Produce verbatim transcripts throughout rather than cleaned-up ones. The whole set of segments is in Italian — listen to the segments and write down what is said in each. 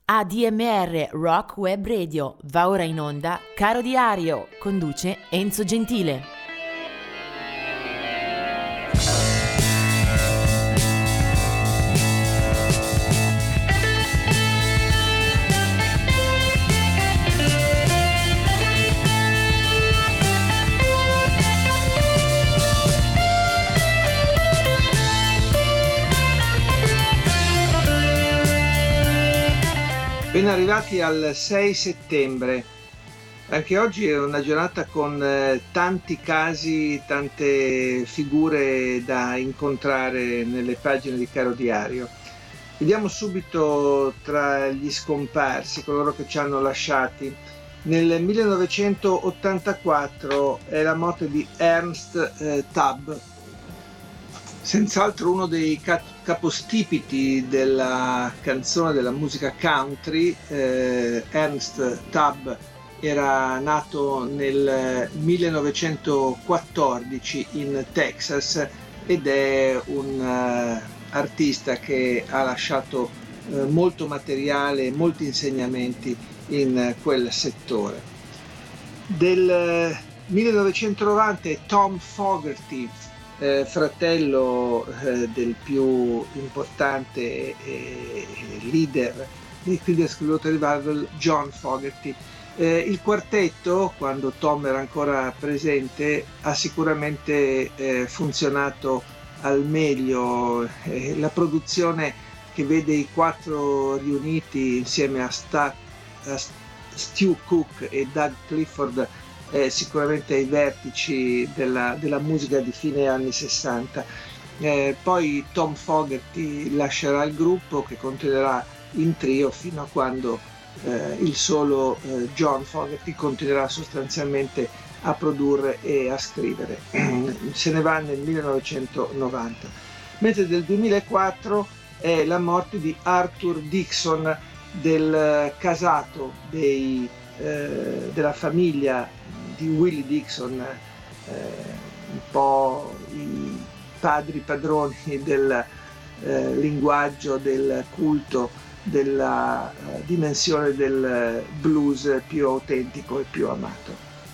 A D M R Rock Web Radio va ora in onda Caro Diario, conduce Enzo Gentile. Ben arrivati al sei settembre. Anche oggi è una giornata con eh, tanti casi, tante figure da incontrare nelle pagine di Caro Diario. Vediamo subito tra gli scomparsi, coloro che ci hanno lasciati. Nel millenovecentottantaquattro è la morte di Ernst eh, Tubb, senz'altro uno dei cap- capostipiti della canzone, della musica country. eh, Ernst Tubb era nato nel millenovecentoquattordici in Texas ed è un uh, artista che ha lasciato uh, molto materiale, molti insegnamenti in uh, quel settore. Del uh, millenovecentonovanta è Tom Fogerty, Eh, fratello eh, del più importante eh, leader di Creedence Clearwater Revival, John Fogerty. Eh, il quartetto, quando Tom era ancora presente, ha sicuramente eh, funzionato al meglio. Eh, la produzione che vede i quattro riuniti insieme a, Sta- a Stu Cook e Doug Clifford Eh, sicuramente ai vertici della, della musica di fine anni sessanta. Eh, poi Tom Fogerty lascerà il gruppo, che continuerà in trio fino a quando eh, il solo eh, John Fogerty continuerà sostanzialmente a produrre e a scrivere. Se ne va nel millenovecentonovanta. Mentre del duemilaquattro è la morte di Arthur Dixon, del casato dei, eh, della famiglia di Willie Dixon, eh, un po' i padri padroni del eh, linguaggio, del culto, della eh, dimensione del blues più autentico e più amato.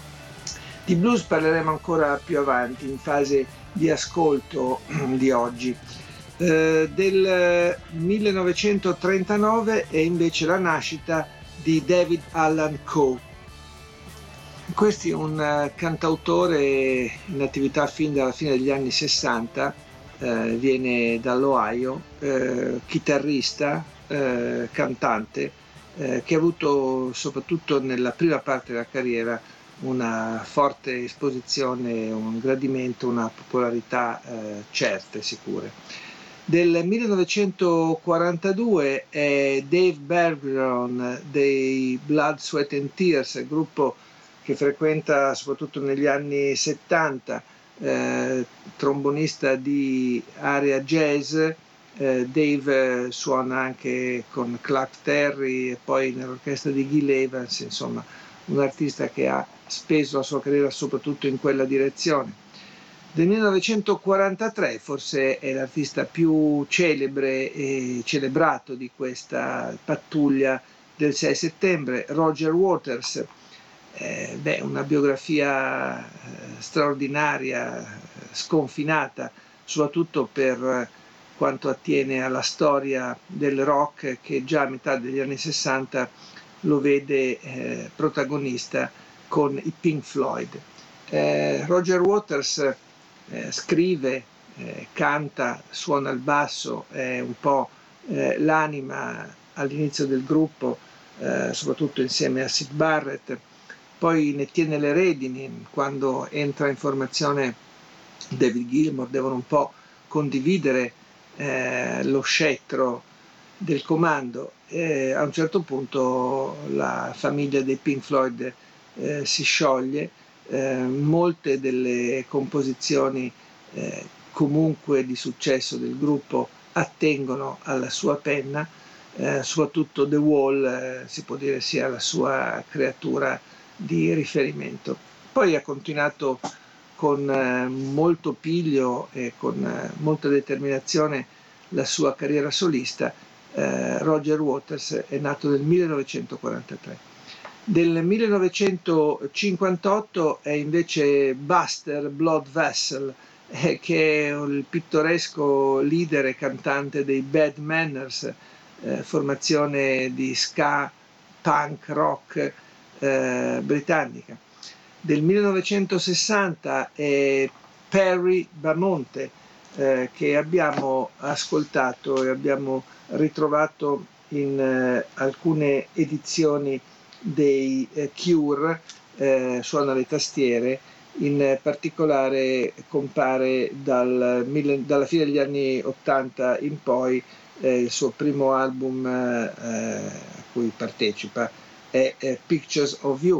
Di blues parleremo ancora più avanti, in fase di ascolto di oggi. Eh, del millenovecentotrentanove è invece la nascita di David Allan Coe. Questo è un uh, cantautore in attività fin dalla fine degli anni sessanta, eh, viene dall'Ohio, eh, chitarrista, eh, cantante, eh, che ha avuto soprattutto nella prima parte della carriera una forte esposizione, un gradimento, una popolarità eh, certe, sicure. Del millenovecentoquarantadue è Dave Bergeron dei Blood, Sweat and Tears, gruppo che frequenta soprattutto negli anni settanta, eh, trombonista di area jazz. eh, Dave suona anche con Clark Terry e poi nell'orchestra di Gil Evans, insomma un artista che ha speso la sua carriera soprattutto in quella direzione. Del millenovecentoquarantatré forse è l'artista più celebre e celebrato di questa pattuglia del sei settembre, Roger Waters. Eh, beh, una biografia eh, straordinaria, sconfinata, soprattutto per quanto attiene alla storia del rock, che già a metà degli anni sessanta lo vede eh, protagonista con i Pink Floyd. Eh, Roger Waters eh, scrive, eh, canta, suona il basso, è un po' eh, l'anima all'inizio del gruppo, eh, soprattutto insieme a Syd Barrett. Poi ne tiene le redini quando entra in formazione David Gilmour, devono un po' condividere eh, lo scettro del comando. E a un certo punto la famiglia dei Pink Floyd eh, si scioglie, eh, molte delle composizioni eh, comunque di successo del gruppo attengono alla sua penna, eh, soprattutto The Wall eh, si può dire sia la sua creatura di riferimento. Poi ha continuato con eh, molto piglio e con eh, molta determinazione la sua carriera solista, eh, Roger Waters è nato nel millenovecentoquarantatré. Del millenovecentocinquantotto è invece Buster Blood Vessel, eh, che è il pittoresco leader e cantante dei Bad Manners, eh, formazione di ska, punk, rock eh, britannica. Del millenovecentosessanta è Perry Bamonte, eh, che abbiamo ascoltato e abbiamo ritrovato in eh, alcune edizioni dei eh, Cure, eh, suona le tastiere, in particolare compare dal, dalla fine degli anni ottanta in poi, eh, il suo primo album eh, a cui partecipa è eh, Pictures of You.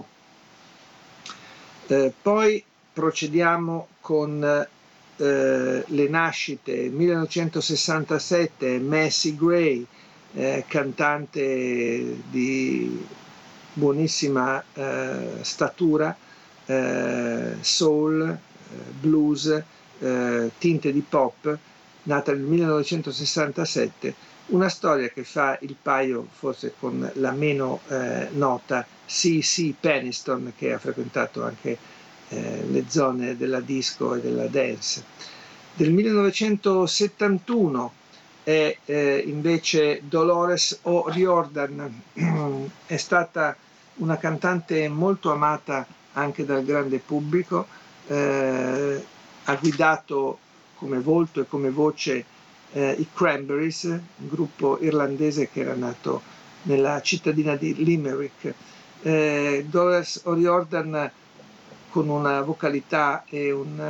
Eh, poi procediamo con eh, le nascite. millenovecentosessantasette Macy Gray, eh, cantante di buonissima eh, statura, eh, soul, eh, blues, eh, tinte di pop, nata nel millenovecentosessantasette, una storia che fa il paio forse con la meno eh, nota C C Peniston, che ha frequentato anche eh, le zone della disco e della dance. Del millenovecentosettantuno è eh, invece Dolores O'Riordan, è stata una cantante molto amata anche dal grande pubblico, eh, ha guidato come volto e come voce eh, i Cranberries, un gruppo irlandese che era nato nella cittadina di Limerick. Eh, Dolores O'Riordan, con una vocalità e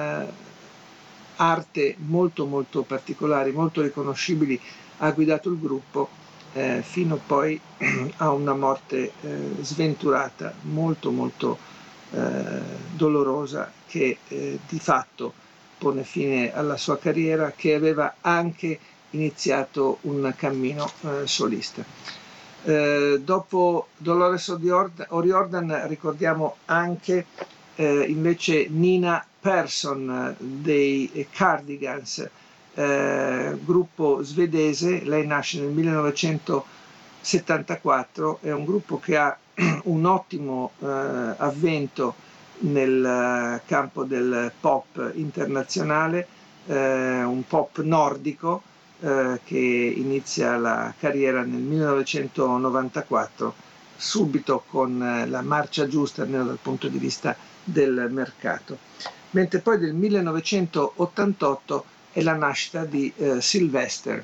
un'arte molto molto particolari, molto riconoscibili, ha guidato il gruppo eh, fino poi a una morte eh, sventurata, molto molto eh, dolorosa, che eh, di fatto pone fine alla sua carriera, che aveva anche iniziato un cammino eh, solista. Eh, dopo Dolores O'Riordan ricordiamo anche eh, invece Nina Persson dei Cardigans, eh, gruppo svedese. Lei nasce nel millenovecentosettantaquattro, è un gruppo che ha un ottimo eh, avvento nel campo del pop internazionale, eh, un pop nordico, eh, che inizia la carriera nel millenovecentonovantaquattro, subito con eh, la marcia giusta, almeno dal punto di vista del mercato. Mentre poi del millenovecentottantotto è la nascita di eh, Sylvester.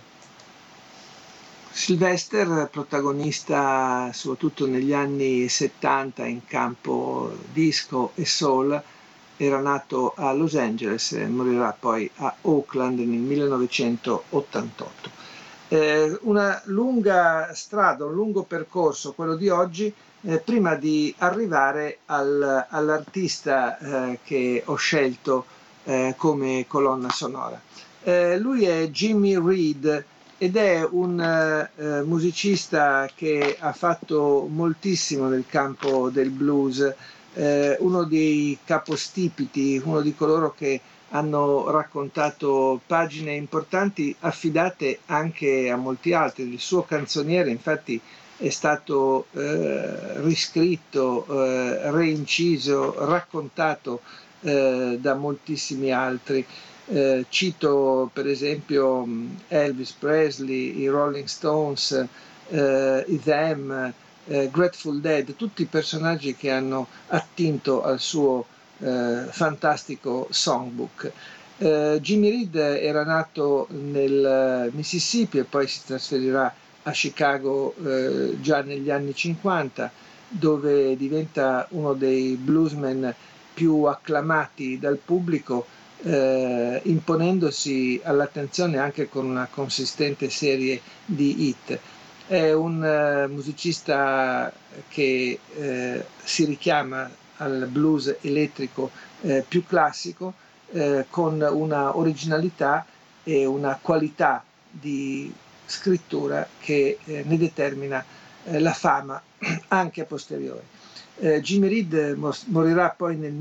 Sylvester, protagonista soprattutto negli anni settanta in campo disco e soul, era nato a Los Angeles e morirà poi a Oakland nel millenovecentottantotto. Eh, una lunga strada, un lungo percorso, quello di oggi, eh, prima di arrivare al, all'artista eh, che ho scelto eh, come colonna sonora. Eh, lui è Jimmy Reed ed è un eh, musicista che ha fatto moltissimo nel campo del blues, eh, uno dei capostipiti, uno di coloro che hanno raccontato pagine importanti affidate anche a molti altri. Il suo canzoniere infatti è stato eh, riscritto, eh, reinciso, raccontato eh, da moltissimi altri. Eh, cito per esempio Elvis Presley, i Rolling Stones, eh, i Them, eh, Grateful Dead, tutti i personaggi che hanno attinto al suo eh, fantastico songbook. Eh, Jimmy Reed era nato nel Mississippi e poi si trasferirà a Chicago eh, già negli anni cinquanta, dove diventa uno dei bluesmen più acclamati dal pubblico, eh, imponendosi all'attenzione anche con una consistente serie di hit. È un uh, musicista che eh, si richiama al blues elettrico eh, più classico, eh, con una originalità e una qualità di scrittura che eh, ne determina eh, la fama anche a posteriori. Eh, Jimmy Reed morirà poi nel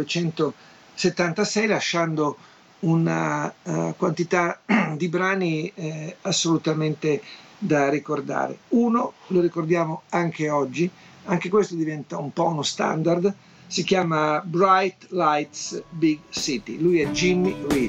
millenovecentosettantasei lasciando una uh, quantità di brani eh, assolutamente da ricordare. Uno lo ricordiamo anche oggi, anche questo diventa un po' uno standard, si chiama Bright Lights Big City, lui è Jimmy Reed.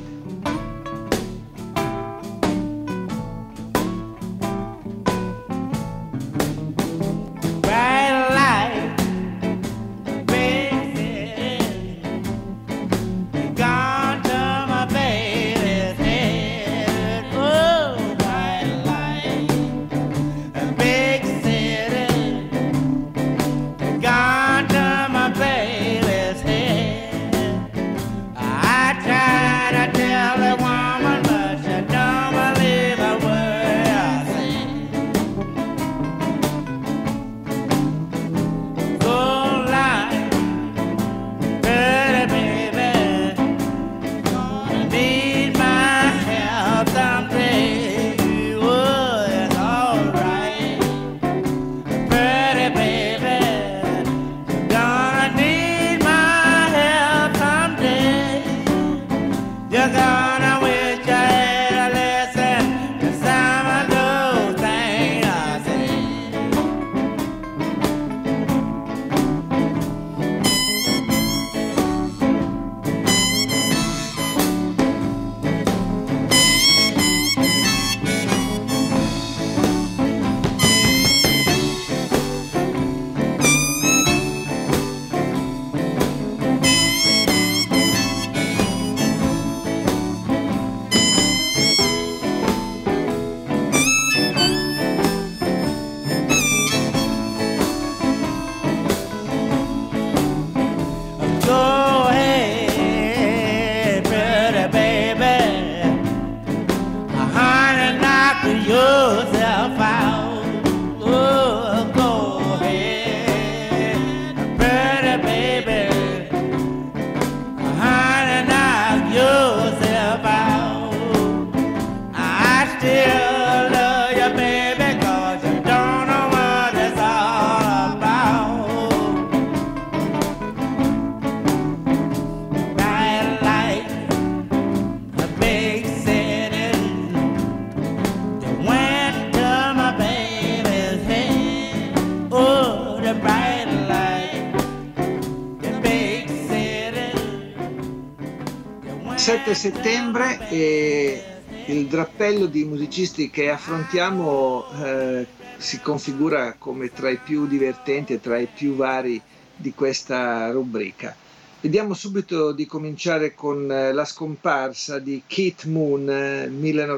sette settembre e il drappello di musicisti che affrontiamo eh, si configura come tra i più divertenti e tra i più vari di questa rubrica. Vediamo subito di cominciare con la scomparsa di Keith Moon nel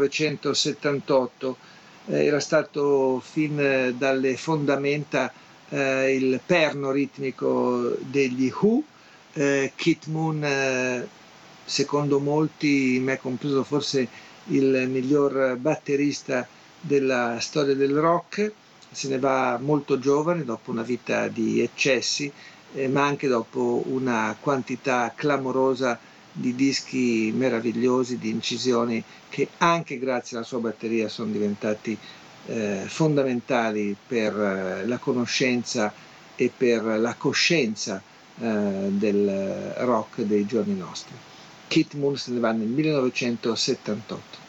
millenovecentosettantotto. Eh, era stato fin dalle fondamenta eh, il perno ritmico degli Who. Eh, Keith Moon eh, secondo molti, me compreso, forse il miglior batterista della storia del rock. Se ne va molto giovane dopo una vita di eccessi, eh, ma anche dopo una quantità clamorosa di dischi meravigliosi, di incisioni che anche grazie alla sua batteria sono diventati eh, fondamentali per eh, la conoscenza e per la coscienza eh, del rock dei giorni nostri. Keith Moon se ne va nel millenovecentosettantotto.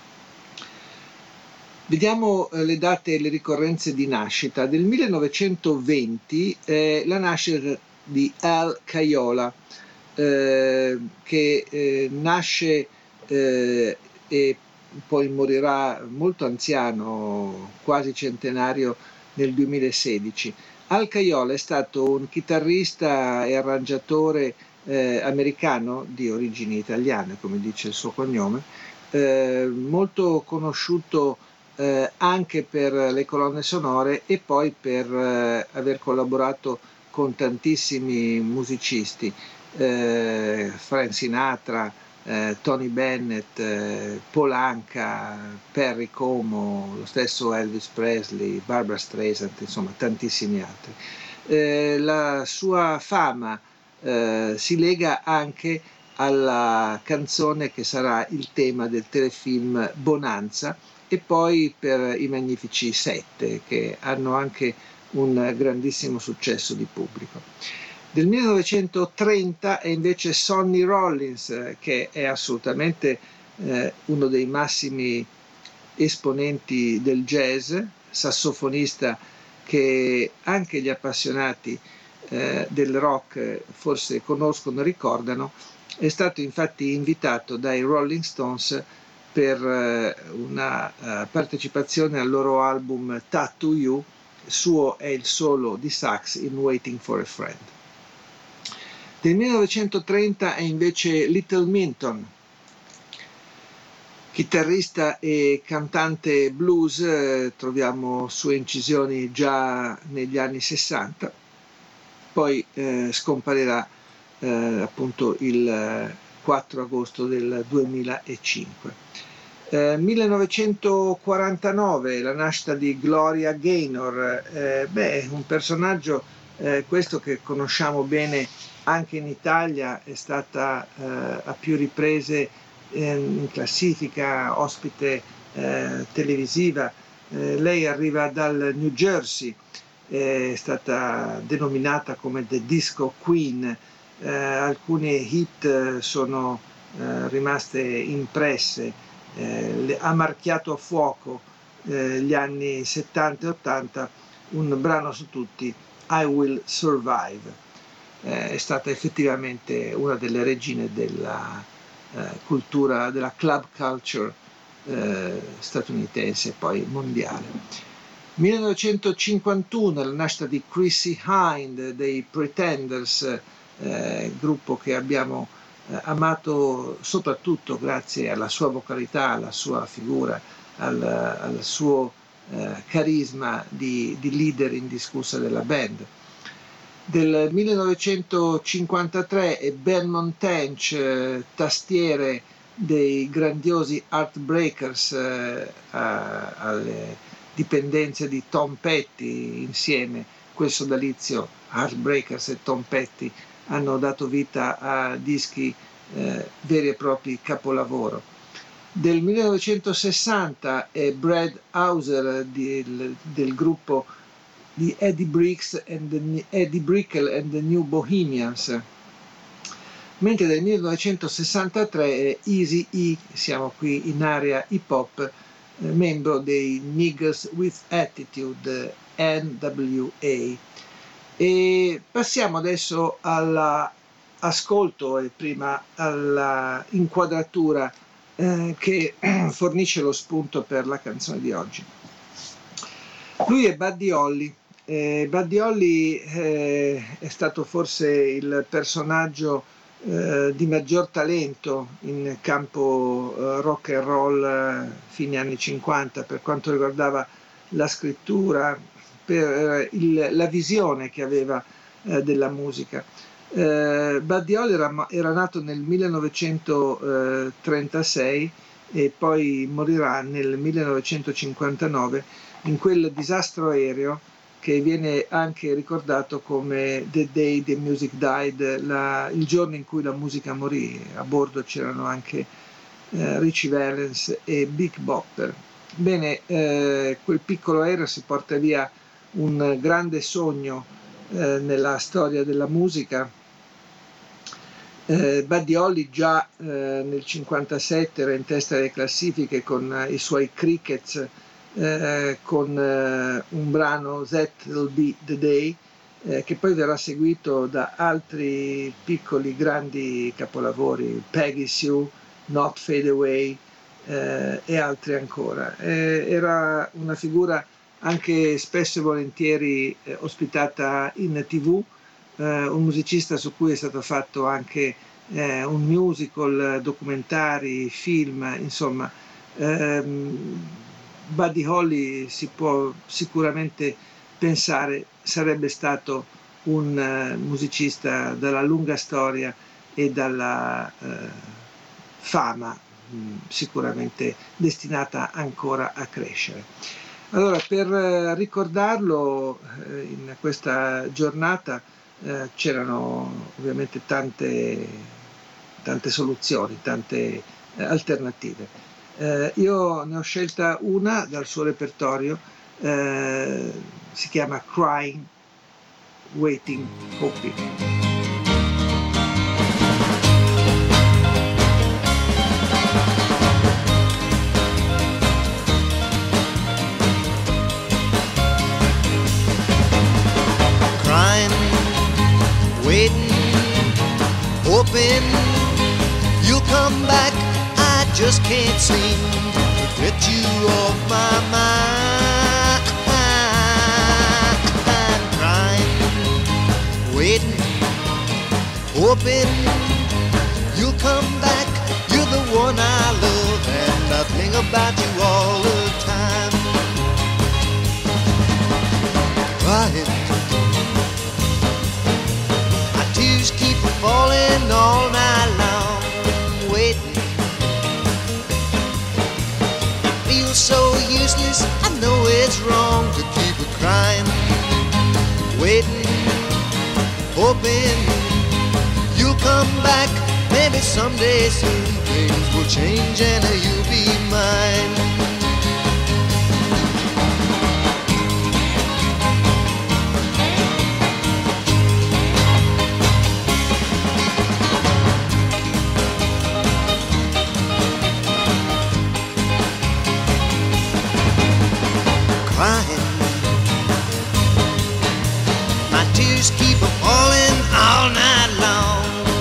Vediamo eh, le date e le ricorrenze di nascita. Del millenovecentoventi eh, la nascita di Al Caiola, eh, che eh, nasce eh, e poi morirà molto anziano, quasi centenario, nel duemilasedici. Al Caiola è stato un chitarrista e arrangiatore eh, americano di origini italiane, come dice il suo cognome, eh, molto conosciuto eh, anche per le colonne sonore e poi per eh, aver collaborato con tantissimi musicisti, eh, Frank Sinatra, eh, Tony Bennett, eh, Paul Anka, Perry Como, lo stesso Elvis Presley, Barbra Streisand, insomma tantissimi altri. Eh, la sua fama eh, si lega anche alla canzone che sarà il tema del telefilm Bonanza e poi per i Magnifici Sette, che hanno anche un grandissimo successo di pubblico. Del millenovecentotrenta è invece Sonny Rollins, che è assolutamente eh, uno dei massimi esponenti del jazz, sassofonista che anche gli appassionati eh, del rock forse conoscono e ricordano. È stato infatti invitato dai Rolling Stones per eh, una uh, partecipazione al loro album Tattoo You. Suo è il solo di sax in Waiting for a Friend. Del millenovecentotrenta è invece Little Minton, chitarrista e cantante blues. Eh, troviamo sue incisioni già negli anni sessanta, poi eh, scomparirà eh, appunto il quattro agosto del duemilacinque. Eh, millenovecentoquarantanove, la nascita di Gloria Gaynor, eh, beh, un personaggio eh, questo che conosciamo bene anche in Italia, è stata eh, a più riprese eh, in classifica, ospite eh, televisiva. Eh, lei arriva dal New Jersey, è stata denominata come The Disco Queen, eh, alcune hit sono eh, rimaste impresse. Eh, ha marchiato a fuoco eh, gli anni settanta e ottanta, un brano su tutti, I Will Survive. Eh, è stata effettivamente una delle regine della eh, cultura, della club culture eh, statunitense e poi mondiale. millenovecentocinquantuno, la nascita di Chrissie Hynde dei Pretenders, eh, gruppo che abbiamo eh, amato soprattutto grazie alla sua vocalità, alla sua figura, al, al suo eh, carisma di, di leader indiscussa della band. Del millenovecentocinquantatré è Belmont Tench, eh, tastiere dei grandiosi Heartbreakers, eh, a, alle dipendenze di Tom Petty. Insieme quel sodalizio Heartbreakers e Tom Petty hanno dato vita a dischi eh, veri e propri capolavoro. Del millenovecentosessanta è Brad Hauser del, del gruppo di Eddie, Bricks and the, Eddie Brickell and the New Bohemians, mentre del millenovecentosessantatré è Eazy-E, siamo qui in area hip hop, eh, membro dei Niggas with Attitude, N W A. E passiamo adesso all'ascolto e prima alla inquadratura eh, che fornisce lo spunto per la canzone di oggi. Lui è Buddy Holly. Eh, Buddy Holly eh, è stato forse il personaggio eh, di maggior talento in campo eh, rock and roll eh, fine anni cinquanta per quanto riguardava la scrittura, per il, la visione che aveva eh, della musica. Eh, Buddy Holly era, era nato nel millenovecentotrentasei e poi morirà nel millenovecentocinquantanove in quel disastro aereo che viene anche ricordato come The Day the Music Died, la, il giorno in cui la musica morì. A bordo c'erano anche eh, Richie Valens e Big Bopper. Bene, eh, quel piccolo aereo si porta via un grande sogno eh, nella storia della musica. Eh, Buddy Holly già eh, nel cinquantasette era in testa alle classifiche con eh, i suoi Crickets, eh, con eh, un brano That'll Be the Day, eh, che poi verrà seguito da altri piccoli grandi capolavori, Peggy Sue, Not Fade Away eh, e altri ancora. Eh, era una figura anche spesso e volentieri eh, ospitata in tivù, eh, un musicista su cui è stato fatto anche eh, un musical, documentari, film, insomma. Ehm, Buddy Holly, si può sicuramente pensare, sarebbe stato un uh, musicista dalla lunga storia e dalla uh, fama mh, sicuramente destinata ancora a crescere. Allora, per uh, ricordarlo uh, in questa giornata uh, c'erano ovviamente tante, tante soluzioni, tante uh, alternative. Eh, io ne ho scelta una dal suo repertorio, eh, si chiama Crying, Waiting, Hoping. hoping you'll come back. I just can't seem to get you off my mind. I'm crying, waiting, hoping you'll come back. You're the one I love, and I think about you all the time. Crying, my tears keep falling all night long. Waiting, it feels so useless. I know it's wrong to keep crying. Waiting, hoping you'll come back. Maybe someday soon things will change and you'll be mine. Crying, my tears keep falling all night long.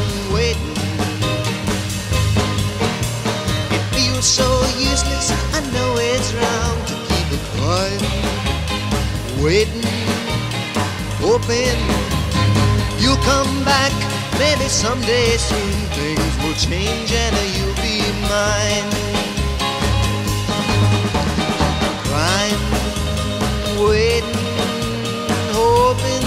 So useless, I know it's wrong to keep it quiet. Waiting, hoping you'll come back. Maybe someday soon things will change and you'll be mine. Crying, waiting, hoping.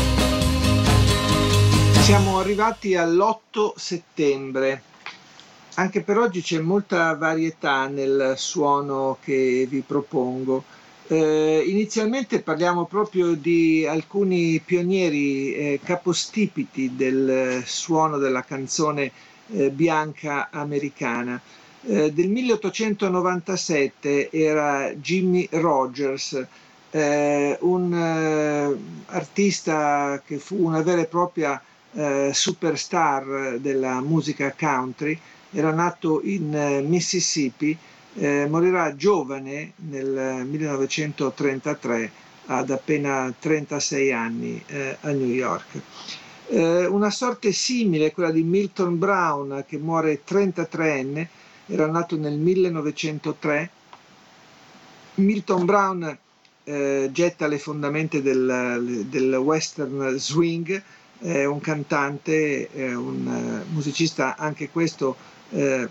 Siamo arrivati all'otto settembre. Anche per oggi c'è molta varietà nel suono che vi propongo. Eh, inizialmente parliamo proprio di alcuni pionieri eh, capostipiti del suono della canzone eh, bianca americana. Eh, del milleottocentonovantasette era Jimmie Rodgers, eh, un eh, artista che fu una vera e propria eh, superstar della musica country. Era nato in eh, Mississippi, eh, morirà giovane nel millenovecentotrentatré ad appena trentasei anni eh, a New York. Eh, una sorte simile, quella di Milton Brown, che muore trentatreenne, era nato nel millenovecentotre. Milton Brown eh, getta le fondamenta del, del western swing, è un cantante, è un uh, musicista, anche questo Eh,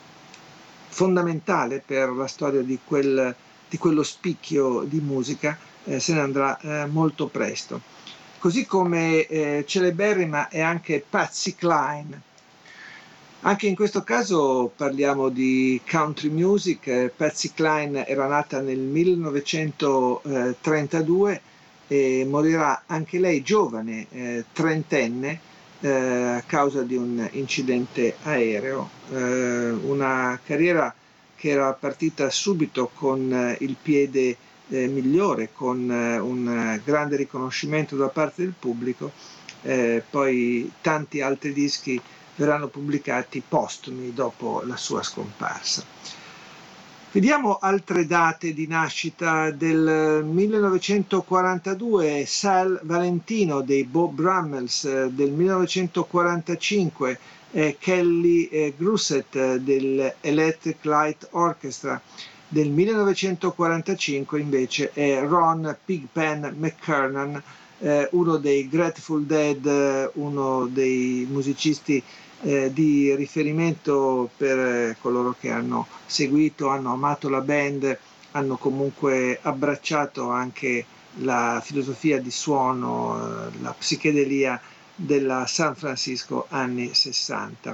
fondamentale per la storia di, quel, di quello spicchio di musica. Eh, se ne andrà eh, molto presto. Così come eh, celeberrima è anche Patsy Cline. Anche in questo caso parliamo di country music. Eh, Patsy Cline era nata nel millenovecentotrentadue e morirà anche lei giovane, eh, trentenne, Eh, a causa di un incidente aereo, eh, una carriera che era partita subito con eh, il piede eh, migliore, con eh, un grande riconoscimento da parte del pubblico, eh, poi tanti altri dischi verranno pubblicati postumi dopo la sua scomparsa. Vediamo altre date di nascita. Del millenovecentoquarantadue Sal Valentino dei Beau Brummels, del millenovecentoquarantacinque eh, Kelly eh, Grusset eh, dell'Electric Light Orchestra, del millenovecentoquarantacinque invece è Ron Pigpen McKernan, eh, uno dei Grateful Dead, eh, uno dei musicisti Eh, di riferimento per eh, coloro che hanno seguito, hanno amato la band, hanno comunque abbracciato anche la filosofia di suono, eh, la psichedelia della San Francisco anni sessanta.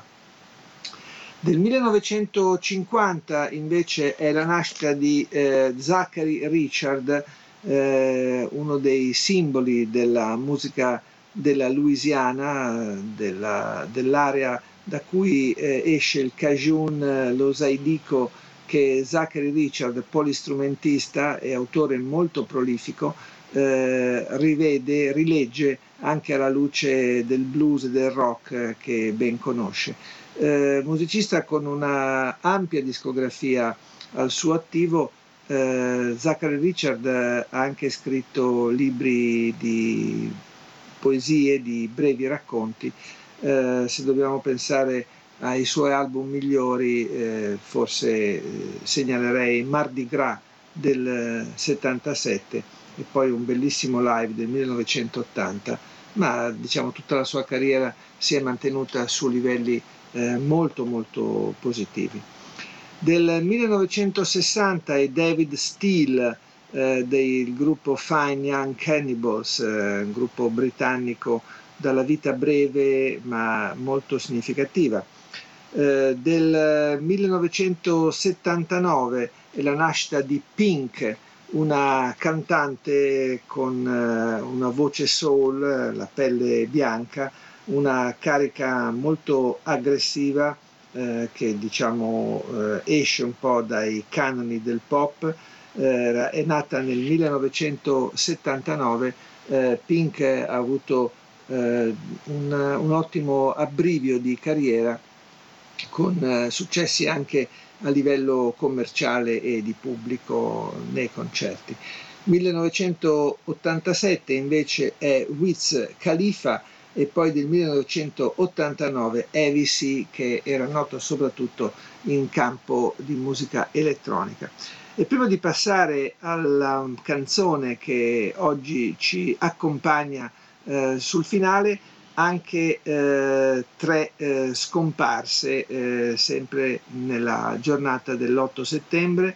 Del millenovecentocinquanta invece è la nascita di eh, Zachary Richard, eh, uno dei simboli della musica della Louisiana, della, dell'area da cui eh, esce il Cajun, lo Zydeco, che Zachary Richard, polistrumentista e autore molto prolifico, eh, rivede, rilegge anche alla luce del blues e del rock eh, che ben conosce. Eh, musicista con una ampia discografia al suo attivo, eh, Zachary Richard ha anche scritto libri di poesie, di brevi racconti, eh, se dobbiamo pensare ai suoi album migliori, eh, forse eh, segnalerei Mardi Gras del settantasette e poi un bellissimo live del millenovecentottanta, ma diciamo tutta la sua carriera si è mantenuta su livelli eh, molto molto positivi. Del millenovecentosessanta è David Steele eh, del gruppo Fine Young Cannibals, eh, un gruppo britannico dalla vita breve ma molto significativa. Eh, del millenovecentosettantanove è la nascita di Pink, una cantante con eh, una voce soul, la pelle bianca, una carica molto aggressiva eh, che diciamo eh, esce un po' dai canoni del pop. Eh, è nata nel millenovecentosettantanove. eh, Pink ha avuto eh, un, un ottimo abbrivio di carriera con eh, successi anche a livello commerciale e di pubblico nei concerti. millenovecentottantasette invece è Wiz Khalifa e poi del millenovecentottantanove Avicii, che era noto soprattutto in campo di musica elettronica. E prima di passare alla canzone che oggi ci accompagna eh, sul finale, anche eh, tre eh, scomparse eh, sempre nella giornata dell'otto settembre.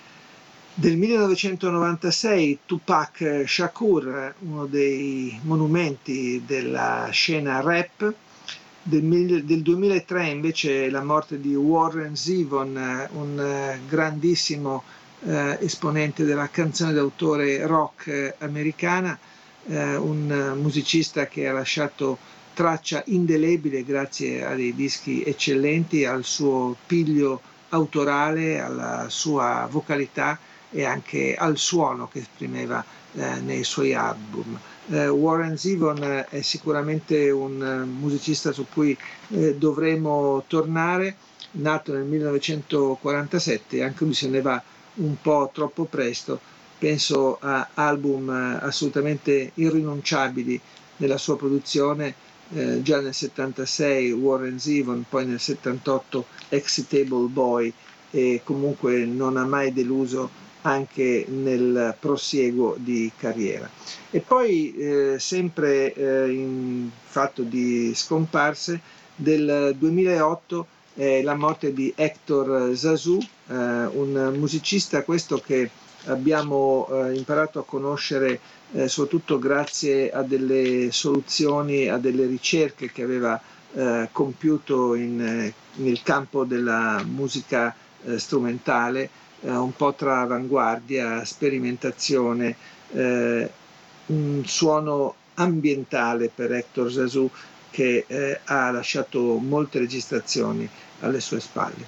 Del millenovecentonovantasei Tupac Shakur, uno dei monumenti della scena rap. Del, del duemilatré invece la morte di Warren Zevon, un grandissimo eh, esponente della canzone d'autore rock americana, eh, un musicista che ha lasciato traccia indelebile grazie a dei dischi eccellenti, al suo piglio autorale, alla sua vocalità e anche al suono che esprimeva eh, nei suoi album. Eh, Warren Zevon è sicuramente un musicista su cui eh, dovremo tornare, nato nel millenovecentoquarantasette, anche lui se ne va un po' troppo presto. Penso a album assolutamente irrinunciabili nella sua produzione. Eh, già nel settantasei Warren Zevon, poi nel settantotto Excitable Boy, e comunque non ha mai deluso anche nel prosieguo di carriera. E poi eh, sempre eh, in fatto di scomparse, del duemilaotto è la morte di Hector Zazou, eh, un musicista questo che abbiamo eh, imparato a conoscere eh, soprattutto grazie a delle soluzioni, a delle ricerche che aveva eh, compiuto in, eh, nel campo della musica eh, strumentale, eh, un po' tra avanguardia, sperimentazione, eh, un suono ambientale per Hector Zazou che eh, ha lasciato molte registrazioni alle sue spalle.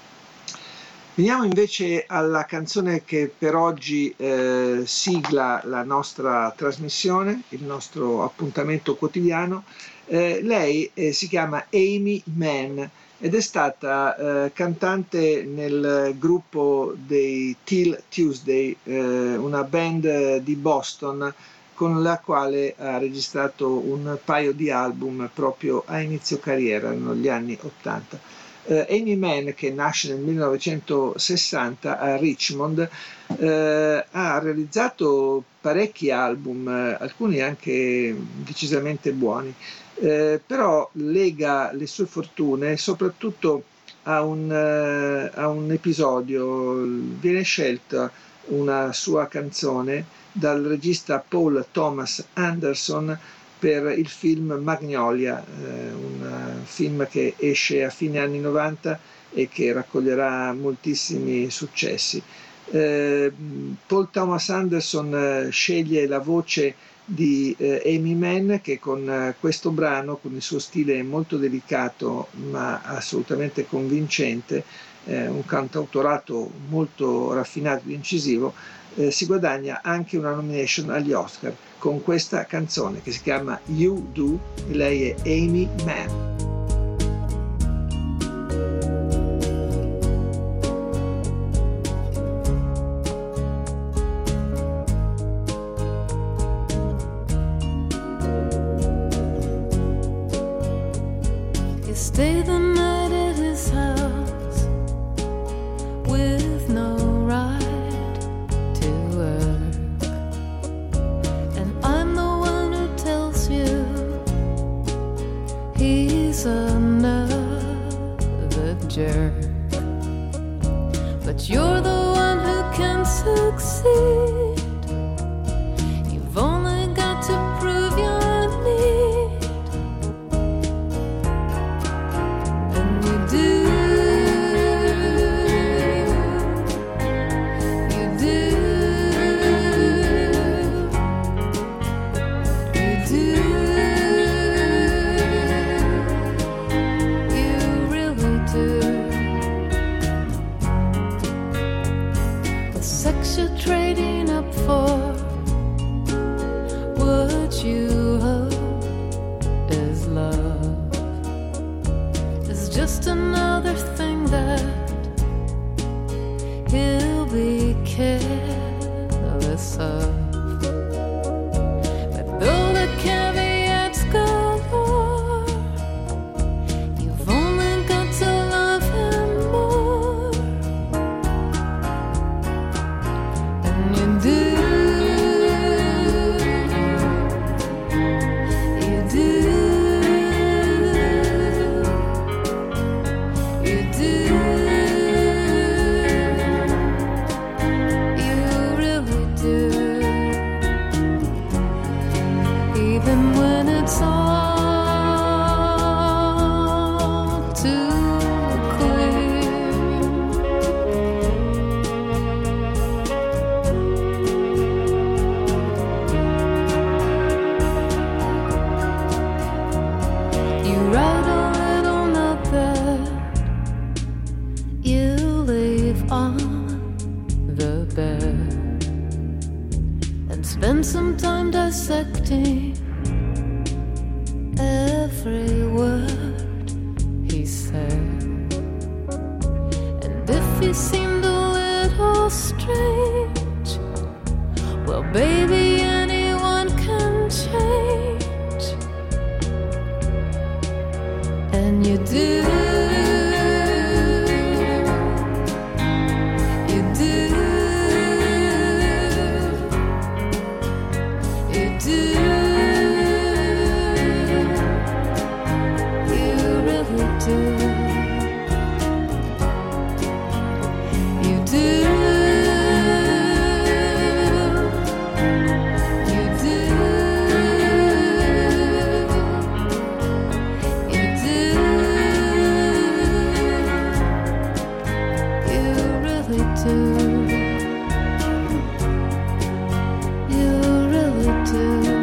Veniamo invece alla canzone che per oggi eh, sigla la nostra trasmissione, il nostro appuntamento quotidiano. Eh, lei eh, si chiama Aimee Mann ed è stata eh, cantante nel gruppo dei Till Tuesday, eh, una band di Boston con la quale ha registrato un paio di album proprio a inizio carriera, negli anni ottanta. Uh, Aimee Mann, che nasce nel millenovecentosessanta a Richmond, uh, ha realizzato parecchi album, uh, alcuni anche decisamente buoni, uh, però lega le sue fortune soprattutto a un, uh, a un episodio. Viene scelta una sua canzone dal regista Paul Thomas Anderson per il film Magnolia, eh, un film che esce a fine anni novanta e che raccoglierà moltissimi successi. Eh, Paul Thomas Anderson eh, sceglie la voce di eh, Aimee Mann, che con eh, questo brano, con il suo stile molto delicato ma assolutamente convincente, eh, un cantautorato molto raffinato e incisivo, eh, si guadagna anche una nomination agli Oscar con questa canzone che si chiama You Do, e lei è Aimee Mann. stay the night at his house with no ride to work. And I'm the one who tells you he's another jerk. But you're the one who can succeed. You've only got to prove your need. And you do. You do. You do. You really do. The sex you're trading up for, what you hope is love, is just another thing that he'll be careless of. But though the caveats galore, you've only got to love him more. And you do. You do. You do. You really do. Even when it's all too clear. You write a little note that you leave on the bed and spend some time dissecting every word he said. And if he seemed a little strange, well, baby, anyone can change. And you do. You do. You do. You really do. You do. You do. You do. You really do. You really do.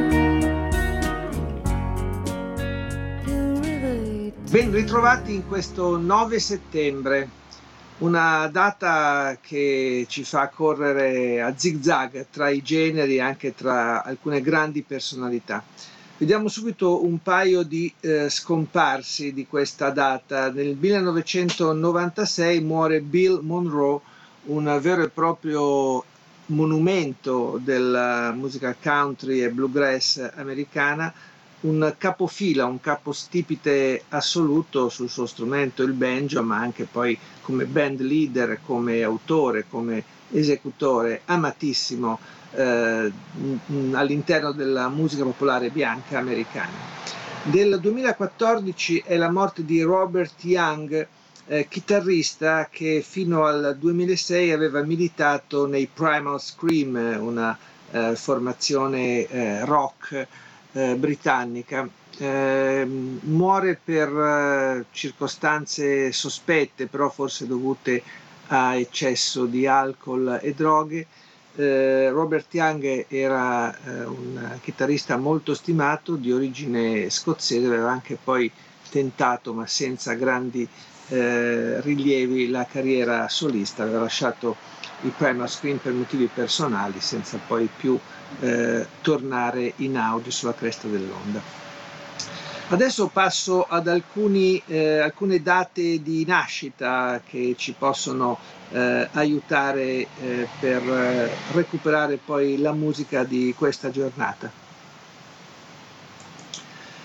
You really do. Ben ritrovati in questo nove settembre, una data che ci fa correre a zig-zag tra i generi e anche tra alcune grandi personalità. Vediamo subito un paio di eh, scomparsi di questa data. Nel millenovecentonovantasei muore Bill Monroe, un vero e proprio monumento della musica country e bluegrass americana, un capofila, un capostipite assoluto sul suo strumento, il banjo, ma anche poi come band leader, come autore, come esecutore, amatissimo eh, all'interno della musica popolare bianca americana. Del duemilaquattordici è la morte di Robert Young, eh, chitarrista che fino al duemilasei aveva militato nei Primal Scream, una eh, formazione eh, rock Eh, britannica. Eh, muore per eh, circostanze sospette, però forse dovute a eccesso di alcol e droghe. Eh, Robert Young era eh, un chitarrista molto stimato, di origine scozzese, aveva anche poi tentato, ma senza grandi eh, rilievi, la carriera solista, aveva lasciato i Primal Scream per motivi personali, senza poi più eh, tornare in auge sulla cresta dell'onda. Adesso passo ad alcuni, eh, alcune date di nascita che ci possono eh, aiutare eh, per eh, recuperare poi la musica di questa giornata.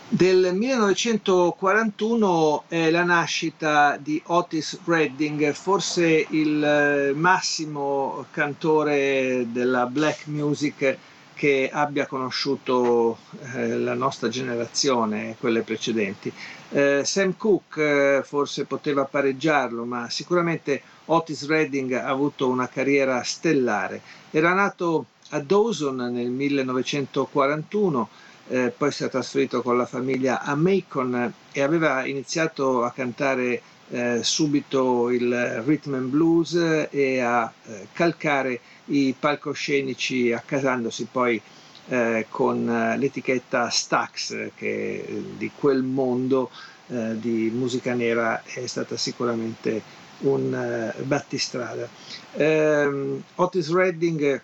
Del millenovecentoquarantuno è la nascita di Otis Redding, forse il massimo cantore della black music che abbia conosciuto eh, la nostra generazione e quelle precedenti. Eh, Sam Cooke eh, forse poteva pareggiarlo, ma sicuramente Otis Redding ha avuto una carriera stellare. Era nato a Dawson nel millenovecentoquarantuno, eh, poi si è trasferito con la famiglia a Macon e aveva iniziato a cantare eh, subito il rhythm and blues e a eh, calcare i palcoscenici, accasandosi poi eh, con l'etichetta Stax, che di quel mondo eh, di musica nera è stata sicuramente un uh, battistrada. Eh, Otis Redding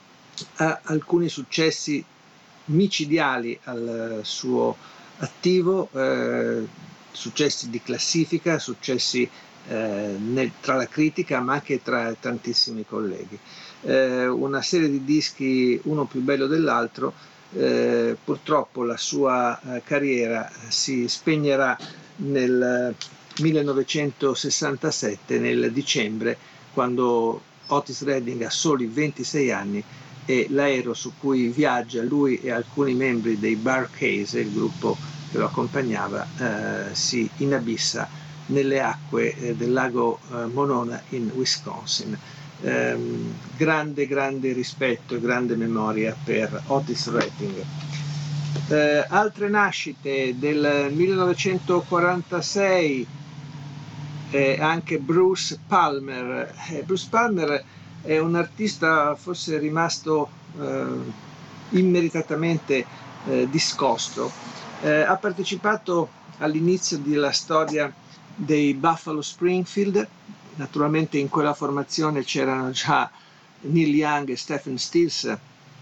ha alcuni successi micidiali al suo attivo, eh, successi di classifica, successi eh, nel, tra la critica ma anche tra tantissimi colleghi. Eh, una serie di dischi uno più bello dell'altro, eh, purtroppo la sua eh, carriera si spegnerà nel millenovecentosessantasette, nel dicembre, quando Otis Redding ha soli ventisei anni e l'aereo su cui viaggia lui e alcuni membri dei Bar-Kays, il gruppo che lo accompagnava, eh, si inabissa nelle acque eh, del lago eh, Monona in Wisconsin. Eh, grande, grande rispetto e grande memoria per Otis Redding. Eh, altre nascite del millenovecentoquarantasei, eh, anche Bruce Palmer. Eh, Bruce Palmer è un artista forse rimasto eh, immeritatamente eh, discosto. Eh, ha partecipato all'inizio della storia dei Buffalo Springfield, naturalmente in quella formazione c'erano già Neil Young e Stephen Stills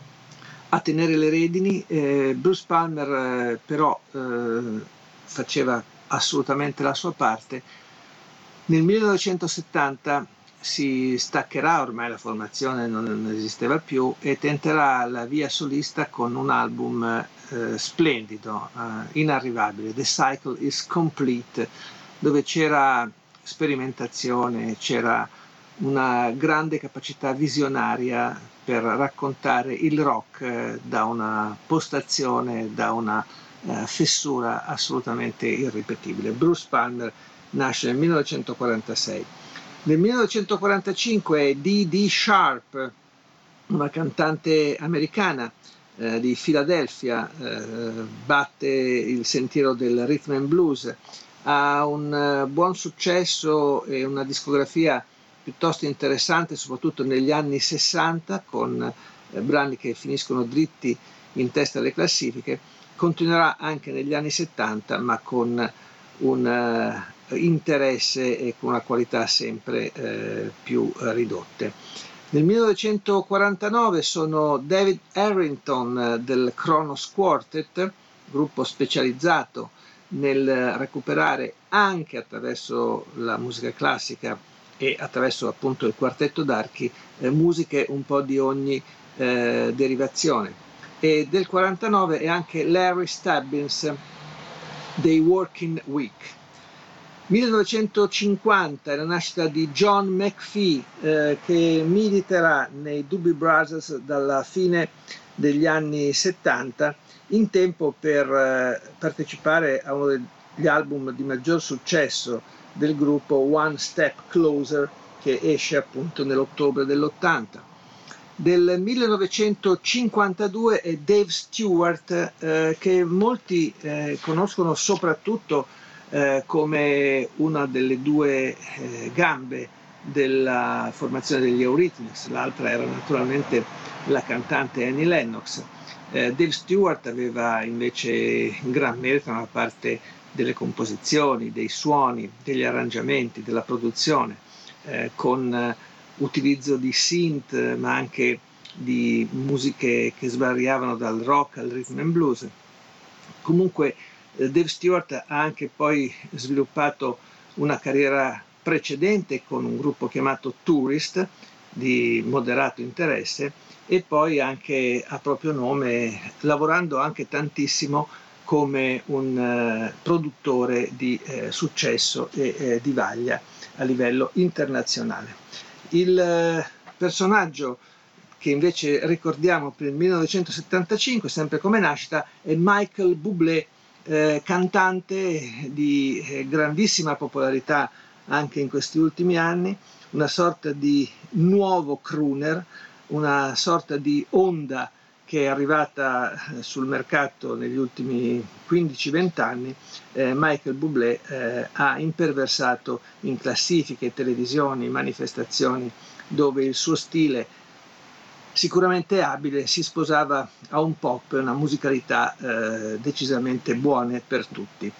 a tenere le redini. eh, Bruce Palmer eh, però eh, faceva assolutamente la sua parte. Nel millenovecentosettanta si staccherà, ormai la formazione non esisteva più, e tenterà la via solista con un album eh, splendido, eh, inarrivabile, The Cycle is Complete, dove c'era sperimentazione, c'era una grande capacità visionaria per raccontare il rock eh, da una postazione, da una eh, fessura assolutamente irripetibile. Bruce Palmer nasce nel millenovecentoquarantasei. Nel millenovecentoquarantacinque Dee Dee Sharp, una cantante americana eh, di Filadelfia, eh, batte il sentiero del rhythm and blues, ha un uh, buon successo e una discografia piuttosto interessante, soprattutto negli anni sessanta, con eh, brani che finiscono dritti in testa alle classifiche. Continuerà anche negli anni settanta, ma con un uh, interesse e con una qualità sempre eh, più eh, ridotte. Nel millenovecentoquarantanove sono David Arrington eh, del Kronos Quartet, gruppo specializzato nel recuperare anche attraverso la musica classica e attraverso appunto il quartetto d'archi eh, musiche un po' di ogni eh, derivazione. E del quarantanove è anche Larry Stubbins dei Working Week. millenovecentocinquanta è la nascita di John McPhee, eh, che militerà nei Doobie Brothers dalla fine degli anni settanta, in tempo per eh, partecipare a uno degli album di maggior successo del gruppo, One Step Closer, che esce appunto nell'ottobre dell'ottanta. Del millenovecentocinquantadue è Dave Stewart, eh, che molti eh, conoscono soprattutto eh, come una delle due eh, gambe della formazione degli Eurythmics, l'altra era naturalmente la cantante Annie Lennox. Eh, Dave Stewart aveva invece in gran merito una parte delle composizioni, dei suoni, degli arrangiamenti, della produzione, eh, con eh, utilizzo di synth, ma anche di musiche che svariavano dal rock al rhythm and blues. Comunque eh, Dave Stewart ha anche poi sviluppato una carriera precedente con un gruppo chiamato Tourist, di moderato interesse, e poi anche a proprio nome, lavorando anche tantissimo come un eh, produttore di eh, successo e eh, di vaglia a livello internazionale. Il eh, personaggio che invece ricordiamo per il millenovecentosettantacinque, sempre come nascita, è Michael Bublé, eh, cantante di eh, grandissima popolarità anche in questi ultimi anni, una sorta di nuovo crooner, una sorta di onda che è arrivata sul mercato negli ultimi quindici venti anni. eh, Michael Bublé eh, ha imperversato in classifiche, televisioni, manifestazioni dove il suo stile sicuramente abile si sposava a un pop e una musicalità eh, decisamente buone per tutti.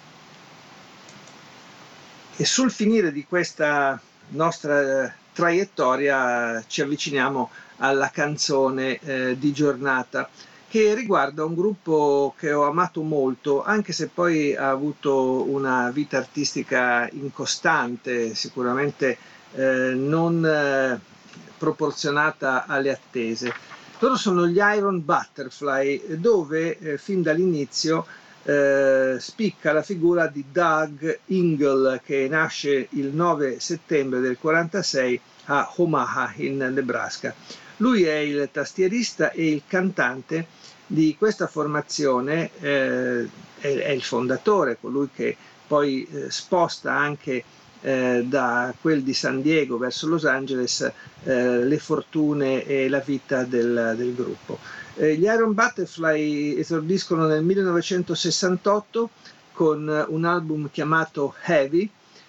E sul finire di questa nostra traiettoria ci avviciniamo alla canzone eh, di giornata, che riguarda un gruppo che ho amato molto, anche se poi ha avuto una vita artistica incostante, sicuramente eh, non eh, proporzionata alle attese. Loro sono gli Iron Butterfly, dove eh, fin dall'inizio eh, spicca la figura di Doug Ingle, che nasce il nove settembre del quarantasei a Omaha in Nebraska. Lui è il tastierista e il cantante di questa formazione, eh, è, è il fondatore, colui che poi eh, sposta anche eh, da quel di San Diego verso Los Angeles eh, le fortune e la vita del, del gruppo. Eh, gli Iron Butterfly esordiscono nel millenovecentosessantotto con un album chiamato Heavy.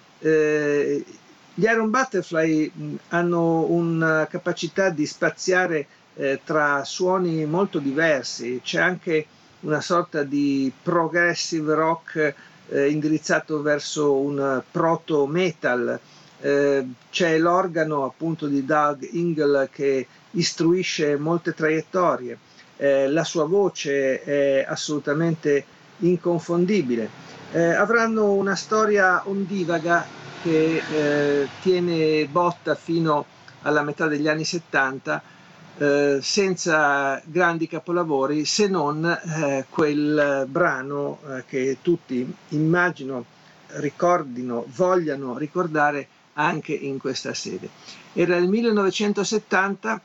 Eh, Gli Iron Butterfly hanno una capacità di spaziare eh, tra suoni molto diversi, c'è anche una sorta di progressive rock eh, indirizzato verso un proto metal, eh, c'è l'organo appunto di Doug Ingle che istruisce molte traiettorie, eh, la sua voce è assolutamente inconfondibile, eh, avranno una storia ondivaga che eh, tiene botta fino alla metà degli anni settanta, eh, senza grandi capolavori, se non eh, quel brano eh, che tutti immagino ricordino, vogliano ricordare anche in questa sede. Era il millenovecentosettanta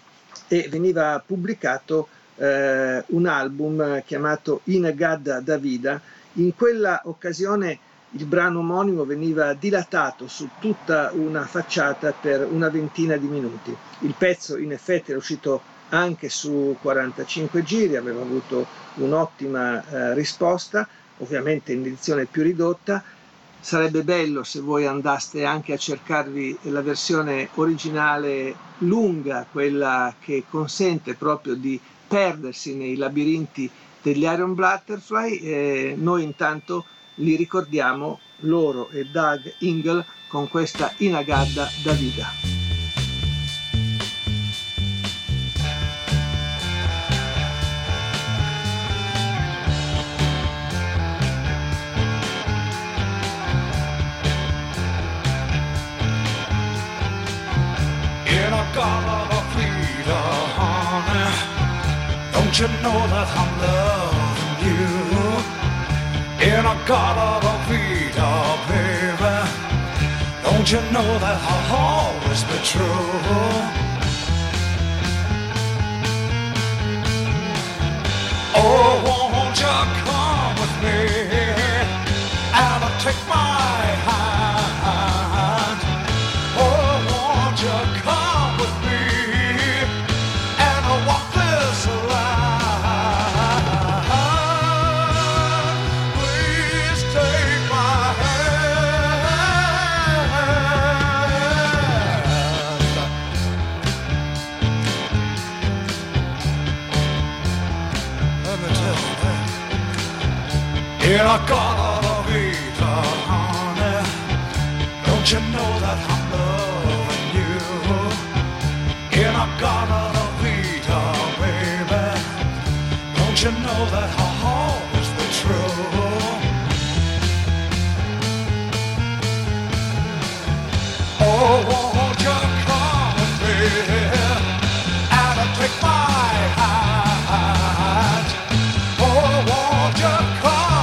e veniva pubblicato eh, un album chiamato In-A-Gadda Da Vida. In quella occasione il brano omonimo veniva dilatato su tutta una facciata per una ventina di minuti. Il pezzo in effetti era uscito anche su quarantacinque giri, aveva avuto un'ottima eh, risposta, ovviamente in edizione più ridotta. Sarebbe bello se voi andaste anche a cercarvi la versione originale lunga, quella che consente proprio di perdersi nei labirinti degli Iron Butterfly. Eh, noi intanto li ricordiamo, loro e Doug Ingle, con questa In-A-Gadda Da Vida. In-A-Gadda Da Vida, honey, don't you know that I'm loving you? In-A-Gadda Da Vida, baby, don't you know that I'll always be true? Oh, won't you come with me and I'll take my hand? Oh, won't you come with me and I'll walk this line? In-A-Gadda Da Vida, honey, don't you know that I'm loving you? In-A-Gadda Da Vida, baby, don't you know that I'll always be true? Oh, won't you come with me and I'll take my hand? Oh, won't you come?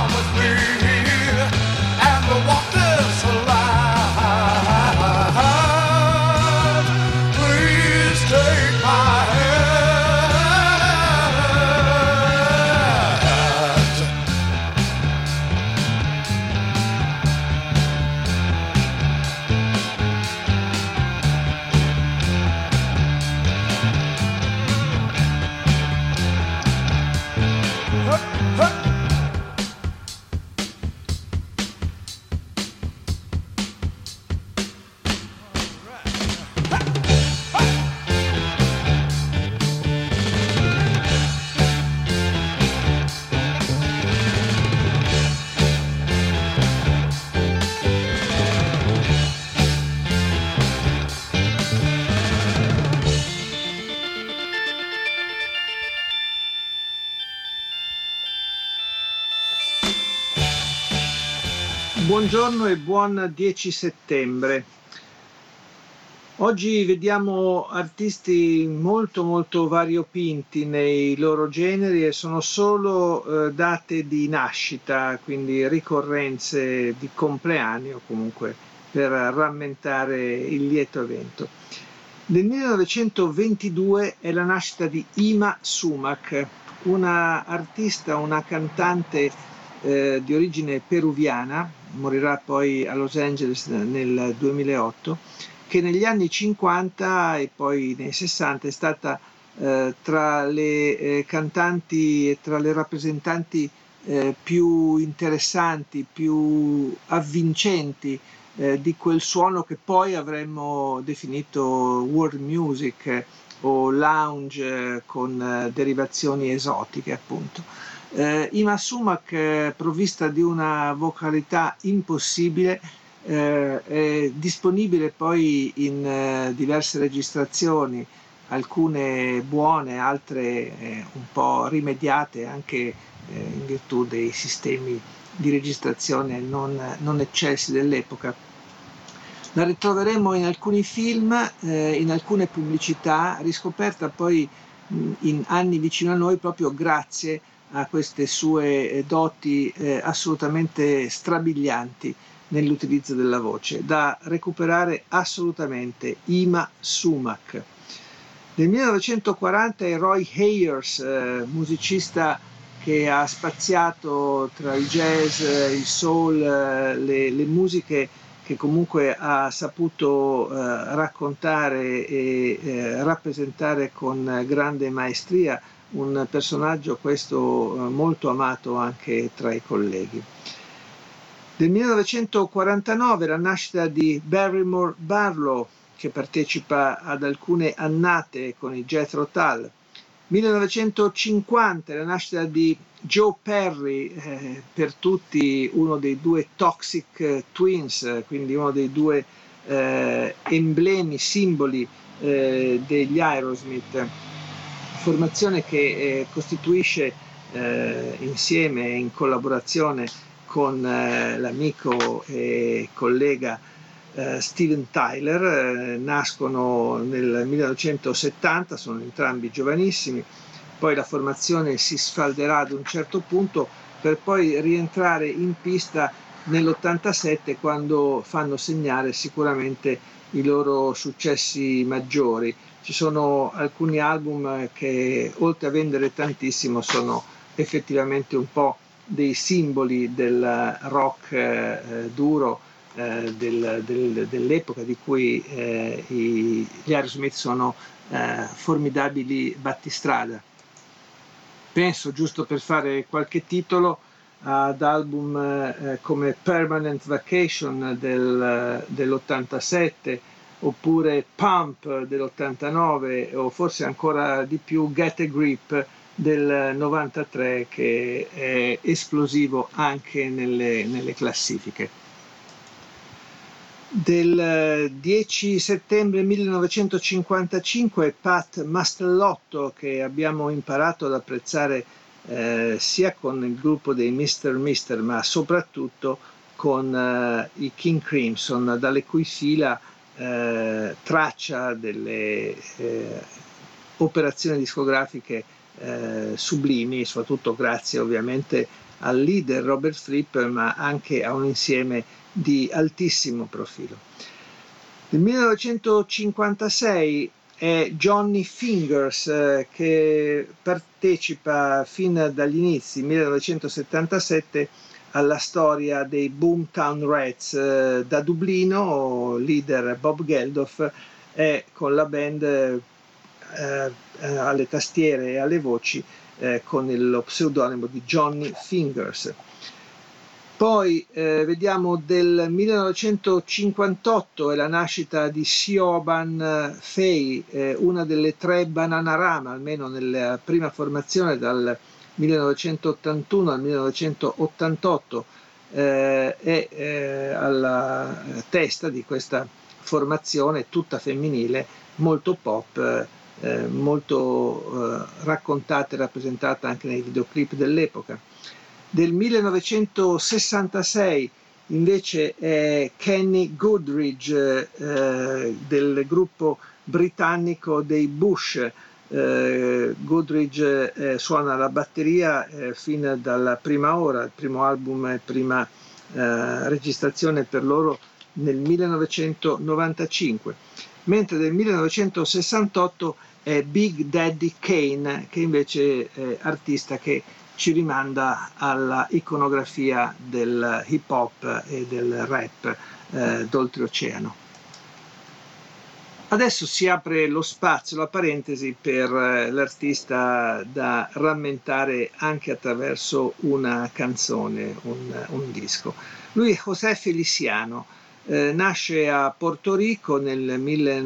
Buongiorno e buon dieci settembre. Oggi vediamo artisti molto molto variopinti nei loro generi e sono solo eh, date di nascita, quindi ricorrenze di compleanni o comunque per rammentare il lieto evento. Nel millenovecentoventidue è la nascita di Yma Sumac, una artista, una cantante eh, di origine peruviana, morirà poi a Los Angeles nel duemilaotto, che negli anni cinquanta e poi nei sessanta è stata eh, tra le eh, cantanti e tra le rappresentanti eh, più interessanti, più avvincenti eh, di quel suono che poi avremmo definito world music eh, o lounge eh, con eh, derivazioni esotiche, appunto. Eh, Yma Sumac, eh, provvista di una vocalità impossibile, eh, è disponibile poi in eh, diverse registrazioni, alcune buone, altre eh, un po' rimediate anche eh, in virtù dei sistemi di registrazione non, non eccelsi dell'epoca. La ritroveremo in alcuni film, eh, in alcune pubblicità, riscoperta poi mh, in anni vicino a noi proprio grazie a queste sue doti eh, assolutamente strabilianti nell'utilizzo della voce. Da recuperare assolutamente Yma Sumac. Nel millenovecentoquaranta è Roy Ayers, eh, musicista che ha spaziato tra il jazz, il soul, eh, le, le musiche che comunque ha saputo eh, raccontare e eh, rappresentare con grande maestria, un personaggio questo eh, molto amato anche tra i colleghi. Nel millenovecentoquarantanove la nascita di Barrymore Barlow, che partecipa ad alcune annate con i Jethro Tull. millenovecentocinquanta la nascita di Joe Perry, eh, per tutti uno dei due Toxic Twins, quindi uno dei due eh, emblemi, simboli eh, degli Aerosmith, formazione che eh, costituisce eh, insieme in collaborazione con eh, l'amico e collega eh, Steven Tyler. Eh, nascono nel millenovecentosettanta, sono entrambi giovanissimi, poi la formazione si sfalderà ad un certo punto per poi rientrare in pista nell'ottantasette, quando fanno segnare sicuramente i loro successi maggiori. Ci sono alcuni album che, oltre a vendere tantissimo, sono effettivamente un po' dei simboli del rock eh, duro eh, del, del, dell'epoca di cui eh, i, gli Aerosmith sono eh, formidabili battistrada. Penso, giusto per fare qualche titolo, ad album eh, come Permanent Vacation del, dell'ottantasette, oppure Pump dell'ottantanove, o forse ancora di più Get a Grip del novantatré, che è esplosivo anche nelle, nelle classifiche. Del dieci settembre millenovecentocinquantacinque Pat Mastelotto, che abbiamo imparato ad apprezzare eh, sia con il gruppo dei mister mister, ma soprattutto con eh, i King Crimson, dalle cui fila eh, traccia delle eh, operazioni discografiche eh, sublimi, soprattutto grazie ovviamente al leader Robert Fripp, ma anche a un insieme di altissimo profilo. Nel millenovecentocinquantasei è Johnny Fingers eh, che partecipa fin dagli inizi, millenovecentosettantasette, alla storia dei Boomtown Rats. Eh, da Dublino, leader Bob Geldof è con la band eh, alle tastiere e alle voci eh, con lo pseudonimo di Johnny Fingers. Poi eh, vediamo del millenovecentocinquantotto è la nascita di Siobhan Fay, eh, una delle tre Bananarama, almeno nella prima formazione dal millenovecentottantuno al millenovecentottantotto, eh, è eh, alla testa di questa formazione tutta femminile, molto pop, eh, molto eh, raccontata e rappresentata anche nei videoclip dell'epoca. Del millenovecentosessantasei invece è Kenny Goodridge eh, del gruppo britannico dei Bush. Eh, Goodridge eh, suona la batteria eh, fin dalla prima ora, il primo album e prima eh, registrazione per loro nel millenovecentonovantacinque, mentre nel millenovecentosessantotto è Big Daddy Kane, che invece è artista che ci rimanda alla iconografia del hip hop e del rap eh, d'oltreoceano. Adesso si apre lo spazio, la parentesi per l'artista da rammentare anche attraverso una canzone, un, un disco. Lui è José Feliciano, eh, nasce a Porto Rico nel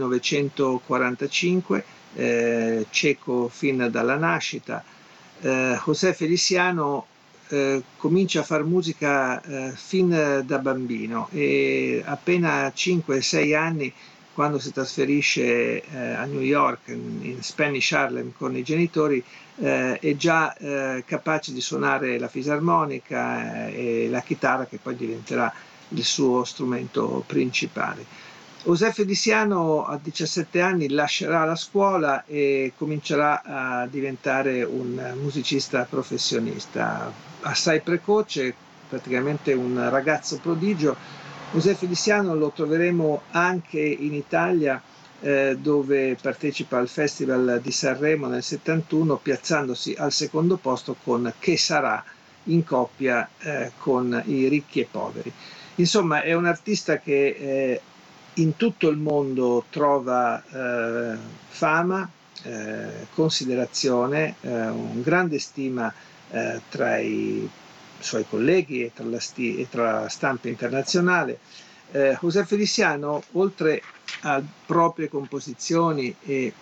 millenovecentoquarantacinque, eh, ceco fin dalla nascita. Eh, José Feliciano eh, comincia a fare musica eh, fin da bambino e appena cinque sei anni, quando si trasferisce eh, a New York, in, in Spanish Harlem con i genitori, eh, è già eh, capace di suonare la fisarmonica eh, e la chitarra, che poi diventerà il suo strumento principale. José Feliciano a diciassette anni lascerà la scuola e comincerà a diventare un musicista professionista. Assai precoce, praticamente un ragazzo prodigio. José Feliciano lo troveremo anche in Italia, eh, dove partecipa al Festival di Sanremo nel settantuno, piazzandosi al secondo posto con Che sarà, in coppia eh, con i Ricchi e Poveri. Insomma, è un artista che eh, in tutto il mondo trova eh, fama, eh, considerazione, eh, un grande stima eh, tra i suoi colleghi e tra la, sti- e tra la stampa internazionale. Eh, José Feliciano, oltre a proprie composizioni e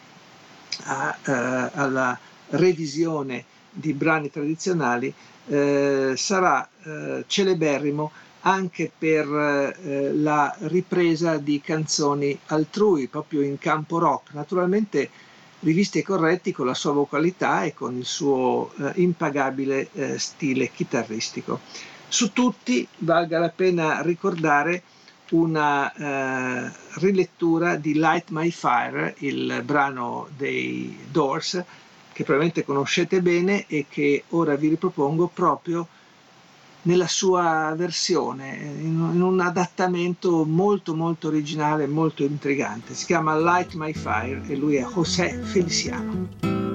a, eh, alla revisione di brani tradizionali, eh, sarà eh, celeberrimo anche per eh, la ripresa di canzoni altrui, proprio in campo rock, naturalmente rivisti e corretti con la sua vocalità e con il suo eh, impagabile eh, stile chitarristico. Su tutti valga la pena ricordare una eh, rilettura di Light My Fire, il brano dei Doors, che probabilmente conoscete bene e che ora vi ripropongo proprio nella sua versione, in, in un adattamento molto molto originale, molto intrigante. Si chiama Light My Fire e lui è José Feliciano.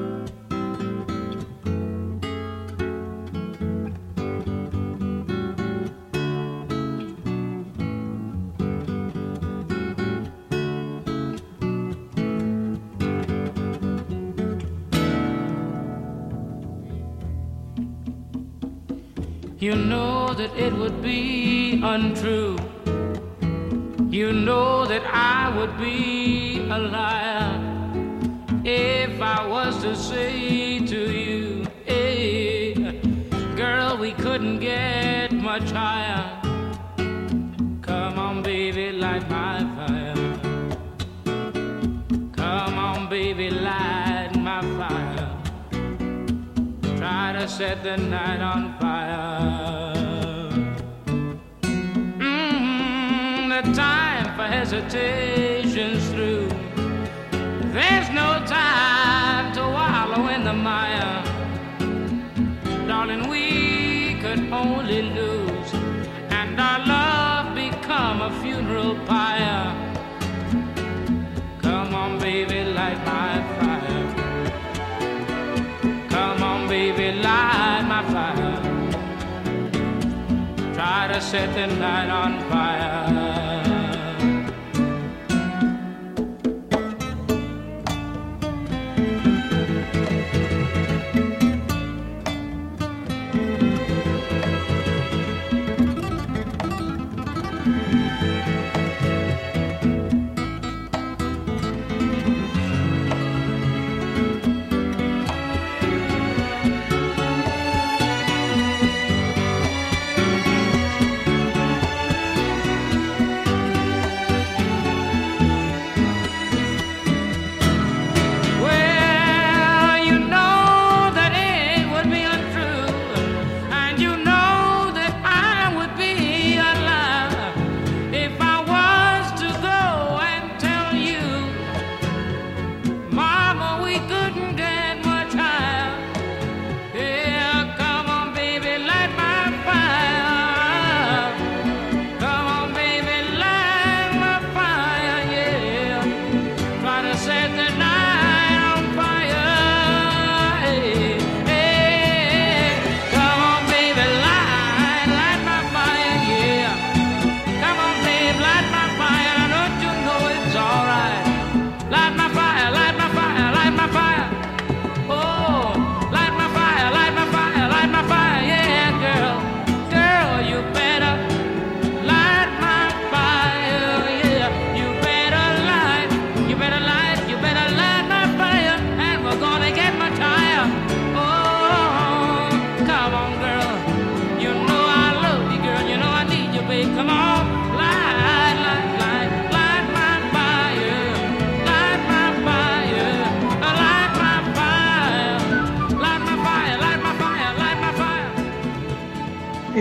You know that it would be untrue. You know that I would be a liar if I was to say to you, hey, girl, we couldn't get much higher. Come on, baby, light my fire. Come on, baby, light my fire. Try to set the night on fire. Mm, the time for hesitation's through. There's no time to wallow in the mire. Darling, we could only lose, and our love become a funeral pyre. Come on, baby, light my fire. Come on, baby, light my fire. Try to set the night on fire.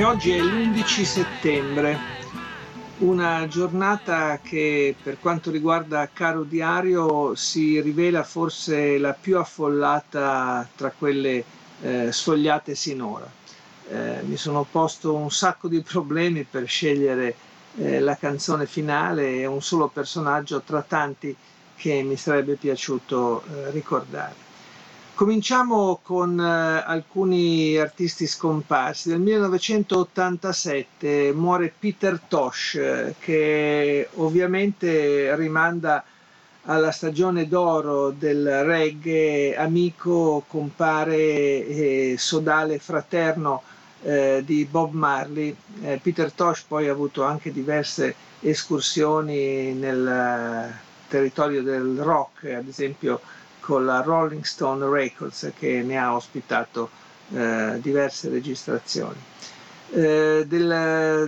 E oggi è l'undici settembre, una giornata che per quanto riguarda Caro Diario si rivela forse la più affollata tra quelle eh, sfogliate sinora. Eh, mi sono posto un sacco di problemi per scegliere eh, la canzone finale e un solo personaggio tra tanti che mi sarebbe piaciuto eh, ricordare. Cominciamo con eh, alcuni artisti scomparsi. Nel millenovecentottantasette muore Peter Tosh, eh, che ovviamente rimanda alla stagione d'oro del reggae, amico, compare e sodale fraterno eh, di Bob Marley. Eh, Peter Tosh poi ha avuto anche diverse escursioni nel territorio del rock, ad esempio con la Rolling Stone Records, che ne ha ospitato eh, diverse registrazioni. Eh, del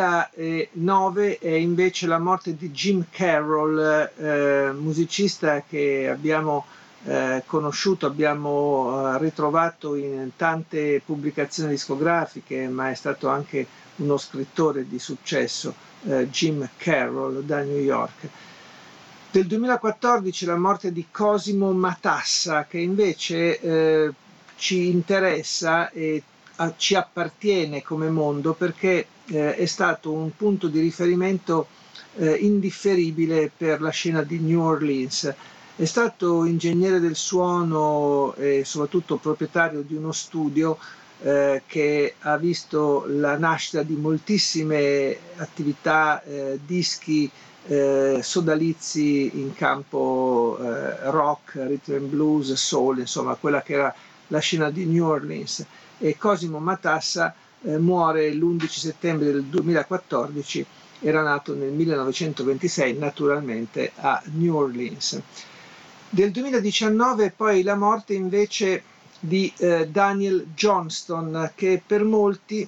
duemilanove è invece la morte di Jim Carroll, eh, musicista che abbiamo eh, conosciuto, abbiamo eh, ritrovato in tante pubblicazioni discografiche, ma è stato anche uno scrittore di successo, eh, Jim Carroll da New York. Del duemilaquattordici la morte di Cosimo Matassa, che invece eh, ci interessa e a, ci appartiene come mondo perché eh, è stato un punto di riferimento eh, indifferibile per la scena di New Orleans. È stato ingegnere del suono e soprattutto proprietario di uno studio eh, che ha visto la nascita di moltissime attività, eh, dischi, Eh, sodalizi in campo eh, rock, rhythm and blues, soul, insomma quella che era la scena di New Orleans. E Cosimo Matassa eh, muore l'undici settembre del duemilaquattordici, era nato nel millenovecentoventisei naturalmente a New Orleans. Del duemiladiciannove poi la morte invece di eh, Daniel Johnston, che per molti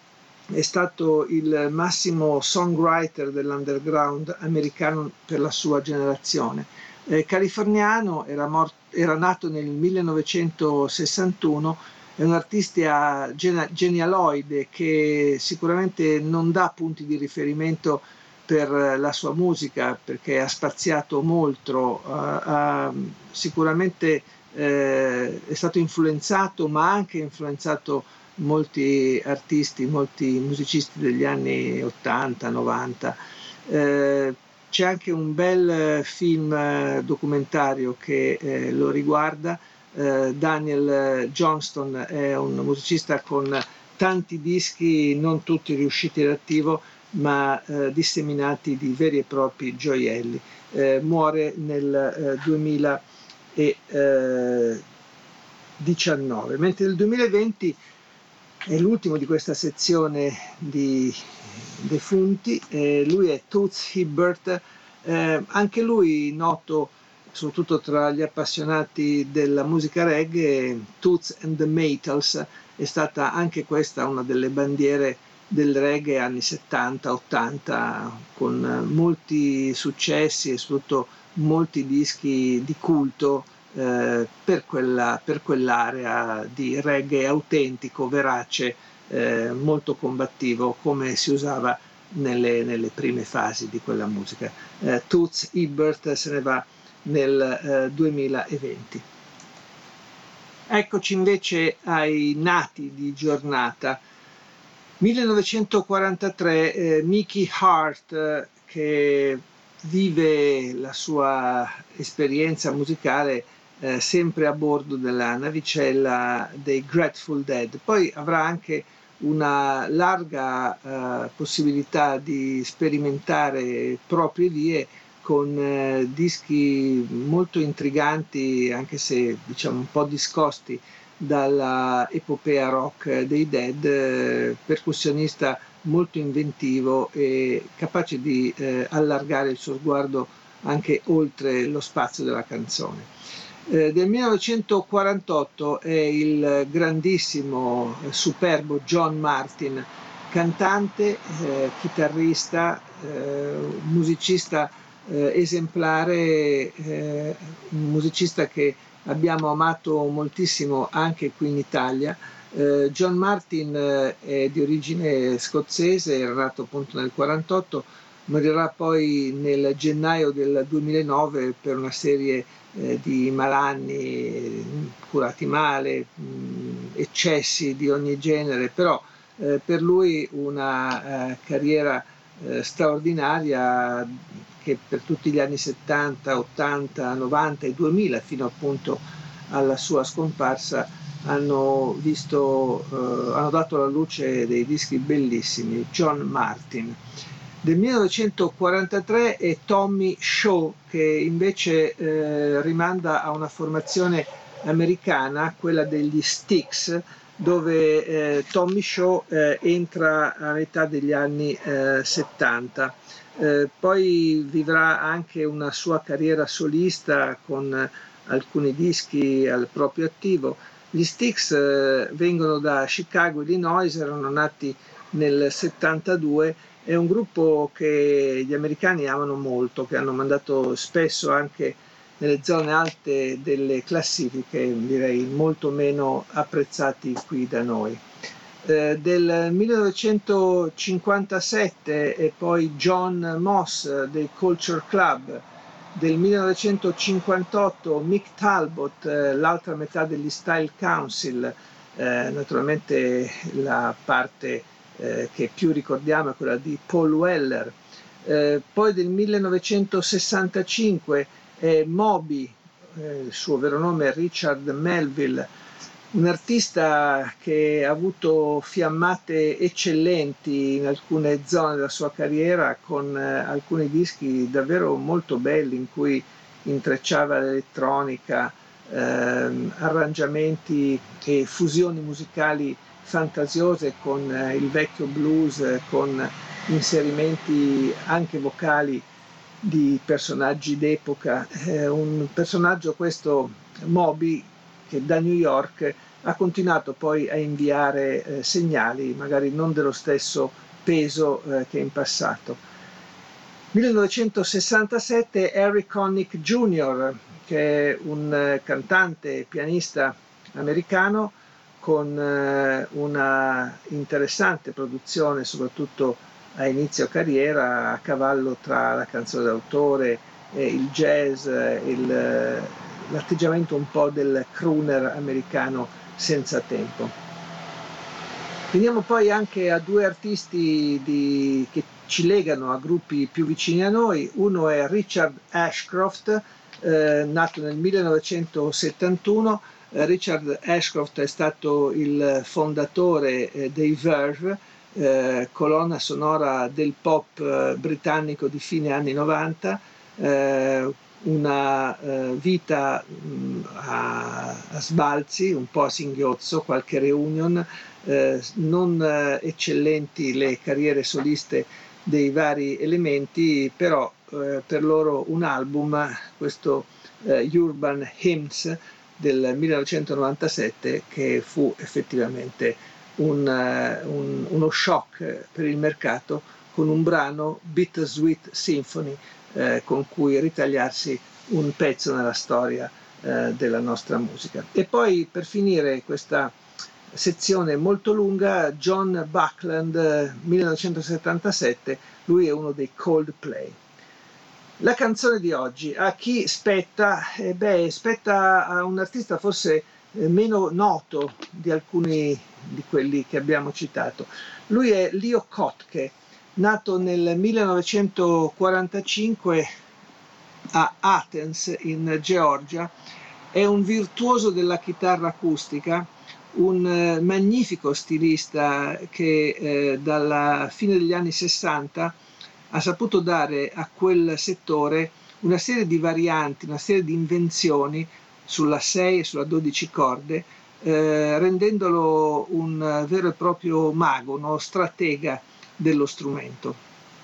è stato il massimo songwriter dell'underground americano per la sua generazione. Eh, californiano, era, mort- era nato nel millenovecentosessantuno, è un artista gene- genealoide che sicuramente non dà punti di riferimento per la sua musica perché ha spaziato molto, uh, ha, sicuramente eh, è stato influenzato, ma ha anche influenzato molti artisti, molti musicisti degli anni ottanta novanta. Eh, c'è anche un bel film documentario che eh, lo riguarda. Eh, Daniel Johnston è un musicista con tanti dischi, non tutti riusciti all'attivo, ma eh, disseminati di veri e propri gioielli. Eh, muore nel eh, duemiladiciannove, mentre nel duemilaventi è l'ultimo di questa sezione di defunti. Eh, lui è Toots Hibbert, eh, anche lui noto soprattutto tra gli appassionati della musica reggae. Toots and the Maytals è stata anche questa una delle bandiere del reggae anni settanta ottanta, con molti successi e soprattutto molti dischi di culto Eh, per, quella, per quell'area di reggae autentico, verace, eh, molto combattivo, come si usava nelle, nelle prime fasi di quella musica. Eh, Toots Hibbert se ne va nel eh, duemilaventi. Eccoci invece ai nati di giornata. millenovecentoquarantatré, eh, Mickey Hart, eh, che vive la sua esperienza musicale Eh, sempre a bordo della navicella dei Grateful Dead. Poi avrà anche una larga eh, possibilità di sperimentare proprie vie con eh, dischi molto intriganti, anche se diciamo un po' discosti dalla epopea rock dei Dead, eh, percussionista molto inventivo e capace di eh, allargare il suo sguardo anche oltre lo spazio della canzone. Eh, del millenovecentoquarantotto è il grandissimo, eh, superbo John Martin, cantante, eh, chitarrista, eh, musicista eh, esemplare, eh, un musicista che abbiamo amato moltissimo anche qui in Italia. Eh, John Martin eh, è di origine scozzese, era nato appunto nel quarantotto, morirà poi nel gennaio del duemilanove per una serie eh, di malanni, curati male, mh, eccessi di ogni genere, però eh, per lui una eh, carriera eh, straordinaria che per tutti gli anni settanta, ottanta, novanta e duemila fino appunto alla sua scomparsa hanno visto, eh, hanno dato alla luce dei dischi bellissimi. John Martin. Del millenovecentoquarantatré è Tommy Shaw, che invece eh, rimanda a una formazione americana, quella degli Styx, dove eh, Tommy Shaw eh, entra a metà degli anni eh, settanta. Eh, poi vivrà anche una sua carriera solista con alcuni dischi al proprio attivo. Gli Styx eh, vengono da Chicago, Illinois, erano nati nel settantadue, è un gruppo che gli americani amano molto, che hanno mandato spesso anche nelle zone alte delle classifiche, direi molto meno apprezzati qui da noi. Eh, del millenovecentocinquantasette e poi John Moss dei Culture Club, del millenovecentocinquantotto Mick Talbot, eh, l'altra metà degli Style Council, eh, naturalmente la parte eh, che più ricordiamo è quella di Paul Weller. Eh, poi del millenovecentosessantacinque è Moby, eh, il suo vero nome è Richard Melville, un artista che ha avuto fiammate eccellenti in alcune zone della sua carriera, con eh, alcuni dischi davvero molto belli in cui intrecciava l'elettronica, ehm, arrangiamenti e fusioni musicali fantasiose con eh, il vecchio blues, eh, con inserimenti anche vocali di personaggi d'epoca. Eh, un personaggio, questo Moby, che da New York ha continuato poi a inviare eh, segnali, magari non dello stesso peso eh, che in passato. millenovecentosessantasette Harry Connick Junior, che è un eh, cantante e pianista americano con eh, una interessante produzione, soprattutto a inizio carriera, a cavallo tra la canzone d'autore, eh, il jazz, eh, il l'atteggiamento un po' del crooner americano senza tempo. Veniamo poi anche a due artisti di, che ci legano a gruppi più vicini a noi. Uno è Richard Ashcroft, eh, nato nel millenovecentosettantuno. Eh, Richard Ashcroft è stato il fondatore eh, dei Verve, eh, colonna sonora del pop eh, britannico di fine anni novanta, eh, una eh, vita mh, a, a sbalzi, un po' a singhiozzo, qualche reunion, eh, non eh, eccellenti le carriere soliste dei vari elementi, però eh, per loro un album, questo eh, Urban Hymns del millenovecentonovantasette, che fu effettivamente un, uh, un, uno shock per il mercato, con un brano, Bittersweet Symphony, Eh, con cui ritagliarsi un pezzo nella storia eh, della nostra musica. E poi, per finire questa sezione molto lunga, John Buckland, eh, millenovecentosettantasette, lui è uno dei Coldplay. La canzone di oggi a chi spetta? Eh beh, spetta a un artista forse eh, meno noto di alcuni di quelli che abbiamo citato. Lui è Leo Kottke, nato nel millenovecentoquarantacinque a Athens in Georgia. È un virtuoso della chitarra acustica, un eh, magnifico stilista che eh, dalla fine degli anni sessanta ha saputo dare a quel settore una serie di varianti, una serie di invenzioni sulla sei e sulla dodici corde, eh, rendendolo un vero e proprio mago, uno stratega dello strumento.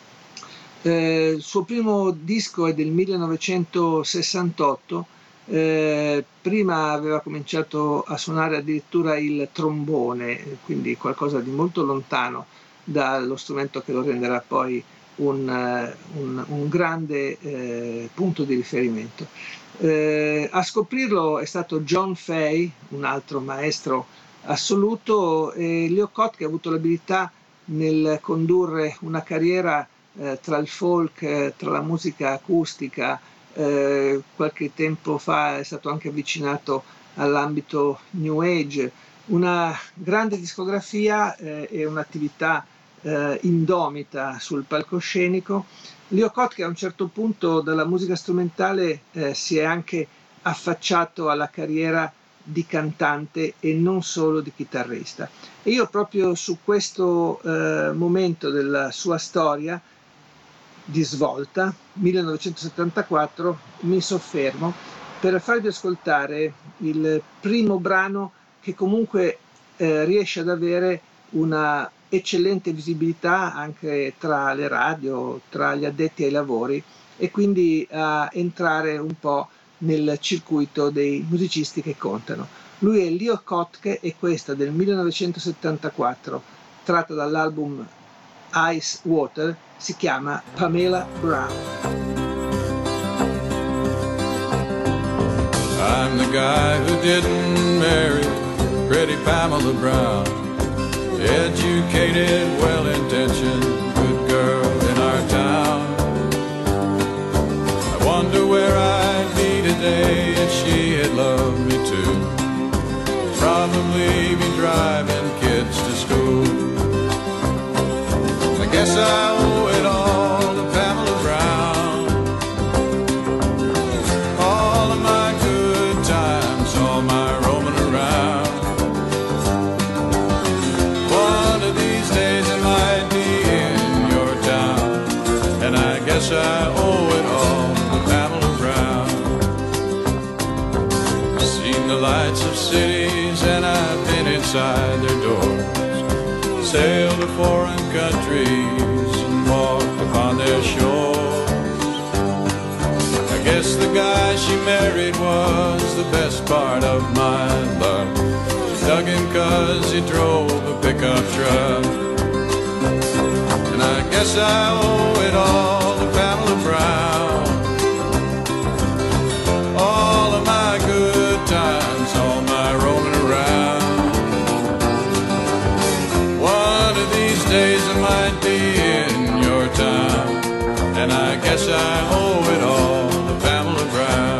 Eh, il suo primo disco è del millenovecentosessantotto, eh, prima aveva cominciato a suonare addirittura il trombone, quindi qualcosa di molto lontano dallo strumento che lo renderà poi un, un, un grande eh, punto di riferimento. Eh, a scoprirlo è stato John Fay, un altro maestro assoluto, e Leo Kottke ha avuto l'abilità nel condurre una carriera eh, tra il folk, eh, tra la musica acustica, eh, qualche tempo fa è stato anche avvicinato all'ambito New Age, una grande discografia eh, e un'attività eh, indomita sul palcoscenico. Leo Kottke a un certo punto dalla musica strumentale eh, si è anche affacciato alla carriera di cantante e non solo di chitarrista. E io proprio su questo eh, momento della sua storia di svolta, millenovecentosettantaquattro, mi soffermo per farvi ascoltare il primo brano che comunque eh, riesce ad avere una eccellente visibilità anche tra le radio, tra gli addetti ai lavori, e quindi a entrare un po' nel circuito dei musicisti che contano. Lui è Leo Kottke e questa del millenovecentosettantaquattro, tratta dall'album Ice Water, si chiama Pamela Brown. I'm the guy who didn't marry pretty Pamela Brown, educated, well-intentioned, good girl in our town. I wonder where I'd be today if she had loved me too. Probably be driving kids to school. I guess I owe it all to Pamela Brown. All of my good times, all my roaming around. One of these days I might be in your town, and I guess I owe it all to Pamela Brown. I've seen the lights of cities and I've been inside their doors, sailed to foreign countries and walked upon their shores. I guess the guy she married was the best part of my love. She dug him 'cause he drove a pickup truck, and I guess I owe it all to Pamela Brown. All of my good times, all my roaming around. One of these days I might be in your town, and I guess I owe it all to Pamela Brown.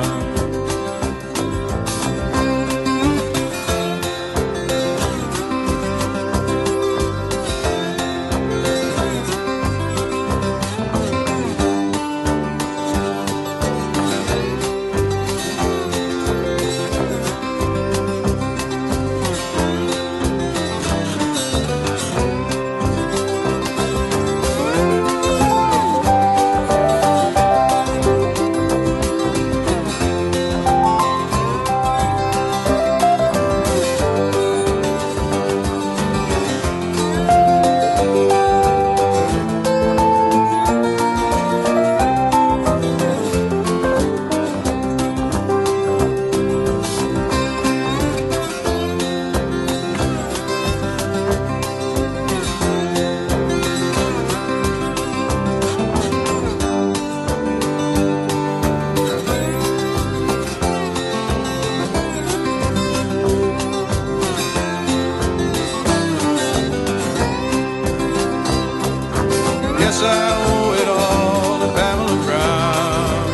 Guess I owe it all to Pamela Brown.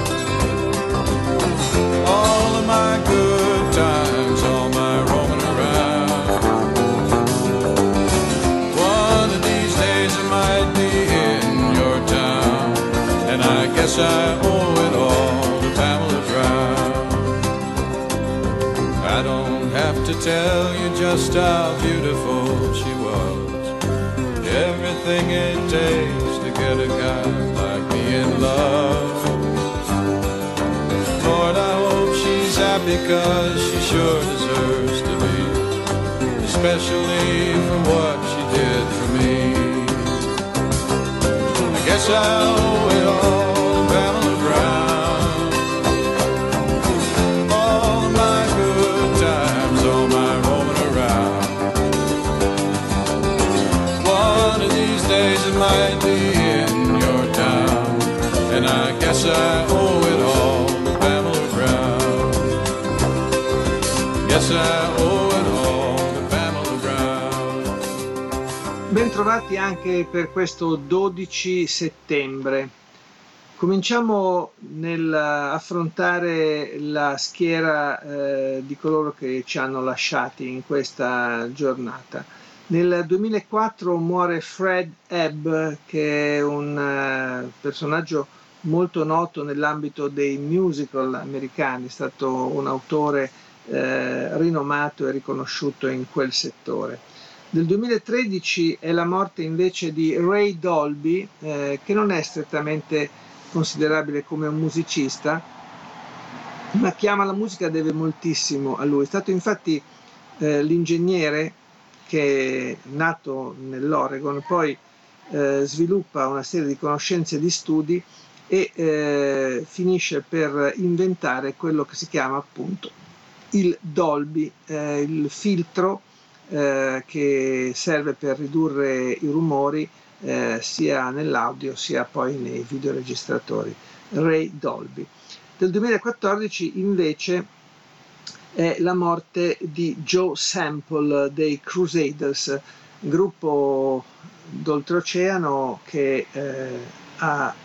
All of my good times, all my roaming around. One of these days I might be in your town, and I guess I owe it all to Pamela Brown. I don't have to tell you just how beautiful she was. Everything it takes to get a guy like me in love. Lord, I hope she's happy, 'cause she sure deserves to be, especially for what she did for me. I guess I owe it all to Pamela Brown. All my good times, all my roaming around. One of these days it might be in your town, and I guess I owe it all to Pamela Brown. Yes, I owe it all to Pamela bentrovati anche per questo dodici settembre. Cominciamo nell'affrontare la schiera eh, di coloro che ci hanno lasciati in questa giornata. Nel duemilaquattro muore Fred Ebb, che è un uh, personaggio molto noto nell'ambito dei musical americani, è stato un autore eh, rinomato e riconosciuto in quel settore. Nel duemilatredici è la morte invece di Ray Dolby, eh, che non è strettamente considerabile come un musicista, ma che ama la musica, deve moltissimo a lui. È stato infatti eh, l'ingegnere che è nato nell'Oregon, poi eh, sviluppa una serie di conoscenze e di studi e eh, finisce per inventare quello che si chiama appunto il Dolby, eh, il filtro eh, che serve per ridurre i rumori eh, sia nell'audio sia poi nei videoregistratori. Ray Dolby. Del duemilaquattordici invece è la morte di Joe Sample dei Crusaders, gruppo d'oltreoceano che eh, ha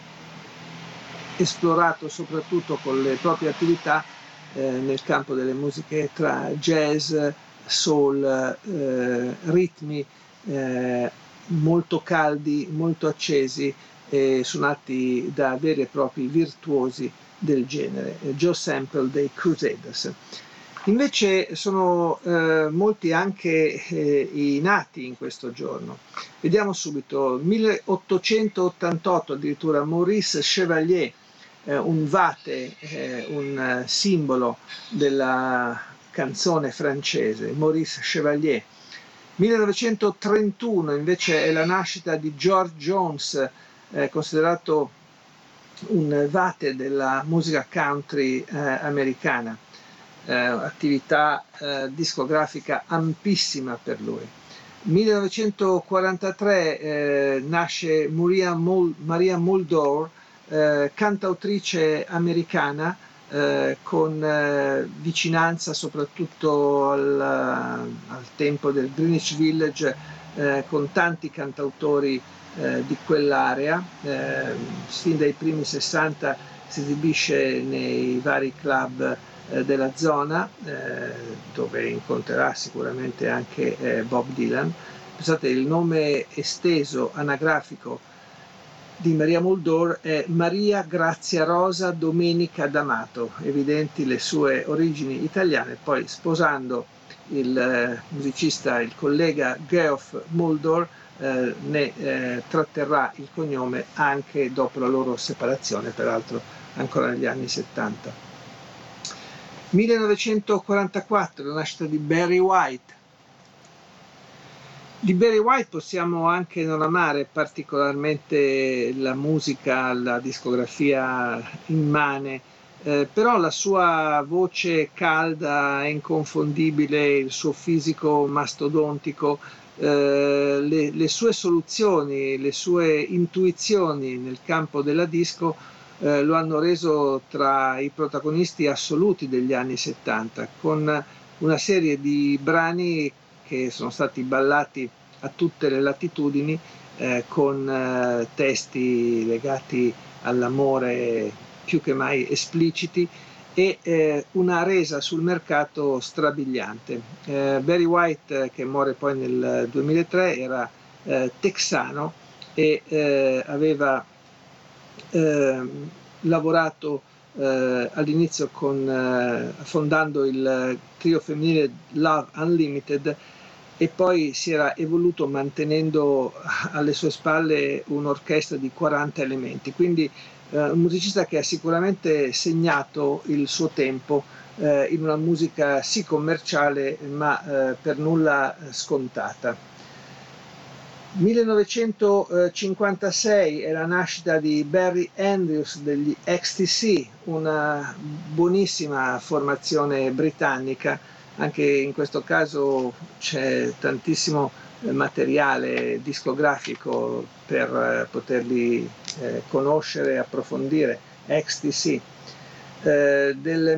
esplorato soprattutto con le proprie attività eh, nel campo delle musiche tra jazz, soul, eh, ritmi eh, molto caldi, molto accesi, eh, suonati da veri e propri virtuosi del genere. Joe Sample dei Crusaders. Invece sono eh, molti anche eh, i nati in questo giorno. Vediamo subito. milleottocentottantotto addirittura Maurice Chevalier, eh, un vate, eh, un simbolo della canzone francese, Maurice Chevalier. millenovecentotrentuno invece è la nascita di George Jones, eh, considerato un vate della musica country eh, americana. Eh, attività eh, discografica ampissima per lui. millenovecentoquarantatré eh, nasce Maria, Mul- Maria Muldaur, eh, cantautrice americana eh, con eh, vicinanza soprattutto al, al tempo del Greenwich Village, eh, con tanti cantautori eh, di quell'area. Eh, sin dai primi sessanta si esibisce nei vari club della zona, eh, dove incontrerà sicuramente anche eh, Bob Dylan. Pensate, il nome esteso anagrafico di Maria Muldaur è Maria Grazia Rosa Domenica D'Amato, evidenti le sue origini italiane, poi sposando il eh, musicista, il collega Geoff Muldaur, eh, ne eh, tratterrà il cognome anche dopo la loro separazione, peraltro ancora negli anni settanta. millenovecentoquarantaquattro, la nascita di Barry White. Di Barry White possiamo anche non amare particolarmente la musica, la discografia immane, eh, però la sua voce calda e inconfondibile, il suo fisico mastodontico, eh, le, le sue soluzioni, le sue intuizioni nel campo della disco Eh, lo hanno reso tra i protagonisti assoluti degli anni settanta, con una serie di brani che sono stati ballati a tutte le latitudini, eh, con eh, testi legati all'amore più che mai espliciti e eh, una resa sul mercato strabiliante. Eh, Barry White, che muore poi nel duemilatré, era eh, texano e eh, aveva Eh, lavorato eh, all'inizio con, eh, fondando il trio femminile Love Unlimited e poi si era evoluto mantenendo alle sue spalle un'orchestra di quaranta elementi, quindi eh, un musicista che ha sicuramente segnato il suo tempo eh, in una musica sì commerciale ma eh, per nulla scontata. millenovecentocinquantasei è la nascita di Barry Andrews degli X T C, una buonissima formazione britannica. Anche in questo caso c'è tantissimo materiale discografico per poterli eh, conoscere e approfondire. X T C. Eh, del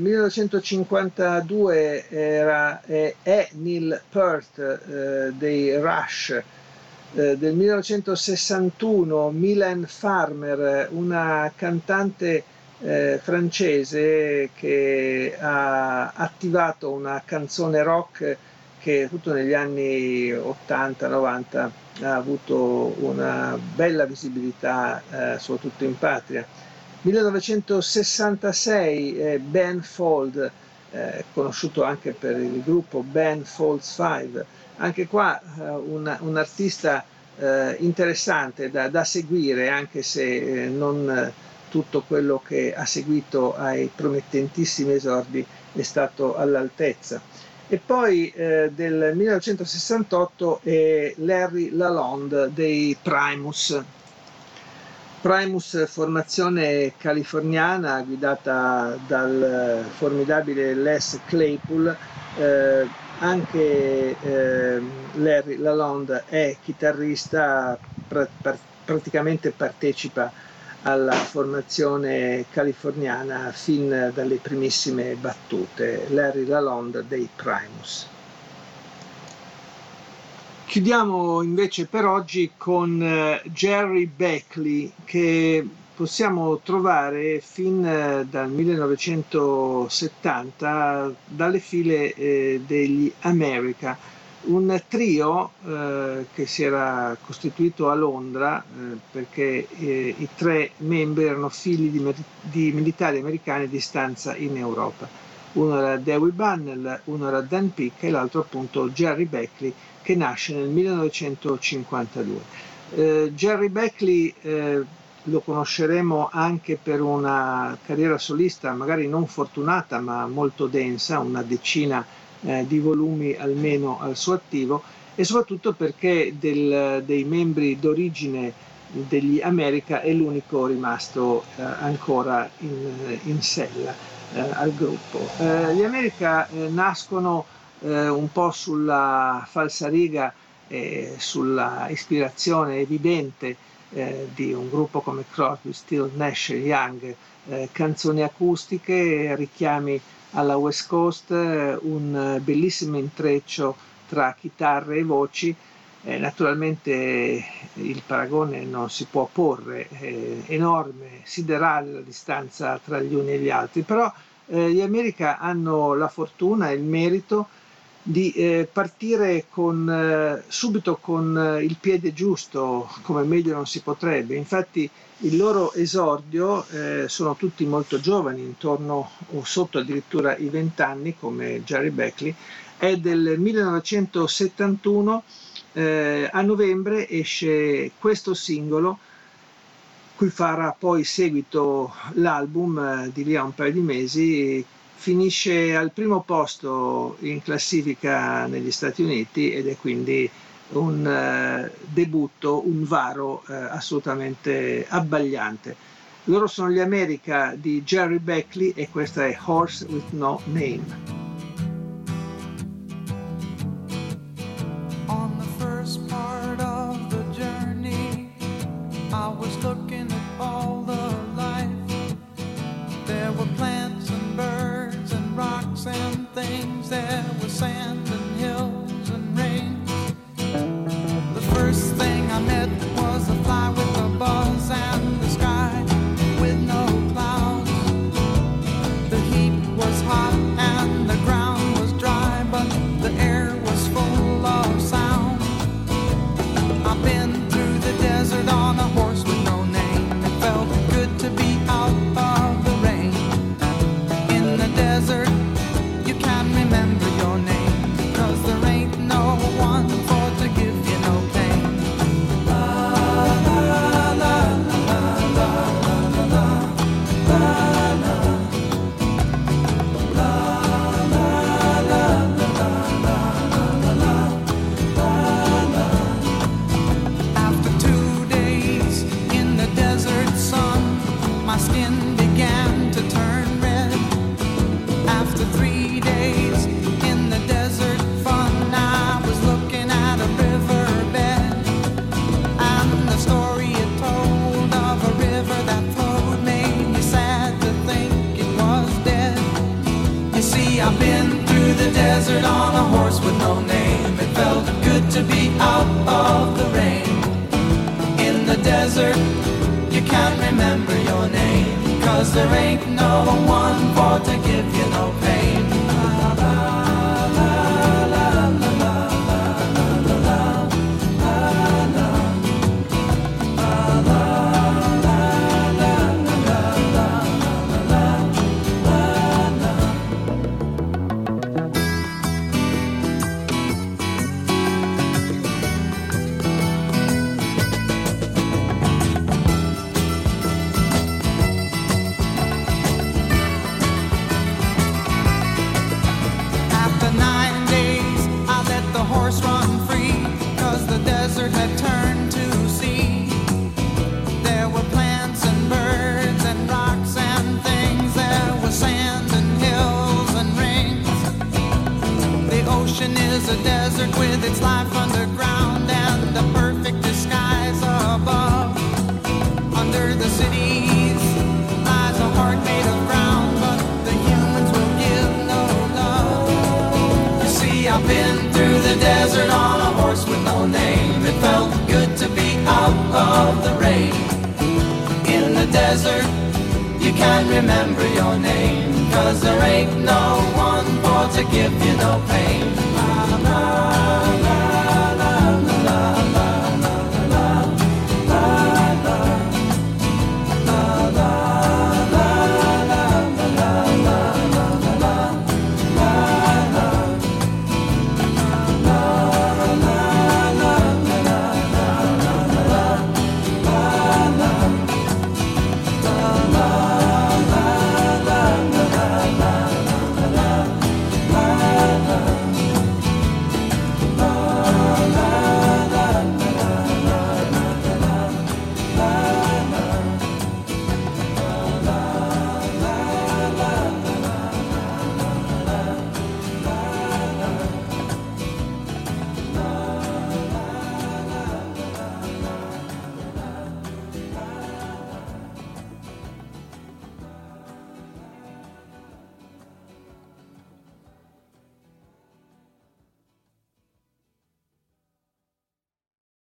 millenovecentocinquantadue era, è, è Neil Peart eh, dei Rush. Eh, del millenovecentosessantuno Mylène Farmer, una cantante eh, francese che ha attivato una canzone rock che tutto negli anni ottanta novanta ha avuto una bella visibilità eh, soprattutto in patria. millenovecentosessantasei eh, Ben Folds, eh, conosciuto anche per il gruppo Ben Folds cinque, anche qua eh, un, un artista eh, interessante da, da seguire, anche se eh, non eh, tutto quello che ha seguito ai promettentissimi esordi è stato all'altezza. E poi eh, del millenovecentosessantotto è Larry Lalonde dei Primus. Primus, formazione californiana guidata dal formidabile Les Claypool. Eh, anche eh, Larry Lalonde è chitarrista, pra- pra- praticamente partecipa alla formazione californiana fin dalle primissime battute. Larry Lalonde dei Primus. Chiudiamo invece per oggi con eh, Jerry Beckley, che possiamo trovare fin eh, dal millenovecentosettanta dalle file eh, degli America, un trio eh, che si era costituito a Londra eh, perché eh, i tre membri erano figli di, di militari americani di stanza in Europa. Uno era Dewey Bunnell, uno era Dan Peake e l'altro appunto Jerry Beckley, che nasce nel millenovecentocinquantadue. Eh, Jerry Beckley eh, lo conosceremo anche per una carriera solista magari non fortunata ma molto densa, una decina eh, di volumi almeno al suo attivo, e soprattutto perché del, dei membri d'origine degli America è l'unico rimasto eh, ancora in, in sella eh, al gruppo. Eh, gli America eh, nascono eh, un po' sulla falsariga e sulla ispirazione evidente eh, di un gruppo come Crosby, Stills, Nash e Young, eh, canzoni acustiche, richiami alla West Coast, eh, un bellissimo intreccio tra chitarre e voci. Eh, naturalmente il paragone non si può porre, è enorme, siderale la distanza tra gli uni e gli altri, però eh, gli America hanno la fortuna e il merito di eh, partire con, eh, subito con eh, il piede giusto, come meglio non si potrebbe. Infatti il loro esordio eh, sono tutti molto giovani, intorno o sotto addirittura i vent'anni, come Jerry Beckley. È del millenovecentosettantuno. Eh, a novembre esce questo singolo, cui farà poi seguito l'album eh, di lì a un paio di mesi. Finisce al primo posto in classifica negli Stati Uniti ed è quindi un eh, debutto, un varo eh, assolutamente abbagliante. Loro sono gli America di Jerry Beckley e questa è Horse with No Name. I was looking at all the life. There were plants and birds and rocks and things. There was sand and hills and rain. The first thing I met was a fly with a buzz and the sky with no clouds. The heat was hot and the ground was dry, but the air was full of sound. I've been through the desert on a horse with no name. It felt good to be out of the rain. In the desert, you can remember your name. desert, you can't remember your name, 'cause there ain't no one for to give you no pain. La, la, la, la, la, la, la, la, la, la, run free, 'cause the desert had turned to sea. There were plants and birds and rocks and things. There was sand and hills and rings. The ocean is a desert with its life underground and a perfect disguise above. Under the cities lies a heart made of ground, but the humans will give no love. You see, I've been through the desert on a horse with no name. It felt good to be out of the rain. In the desert, you can't remember your name, 'cause there ain't no one for to give you no pain. La, la, la, la.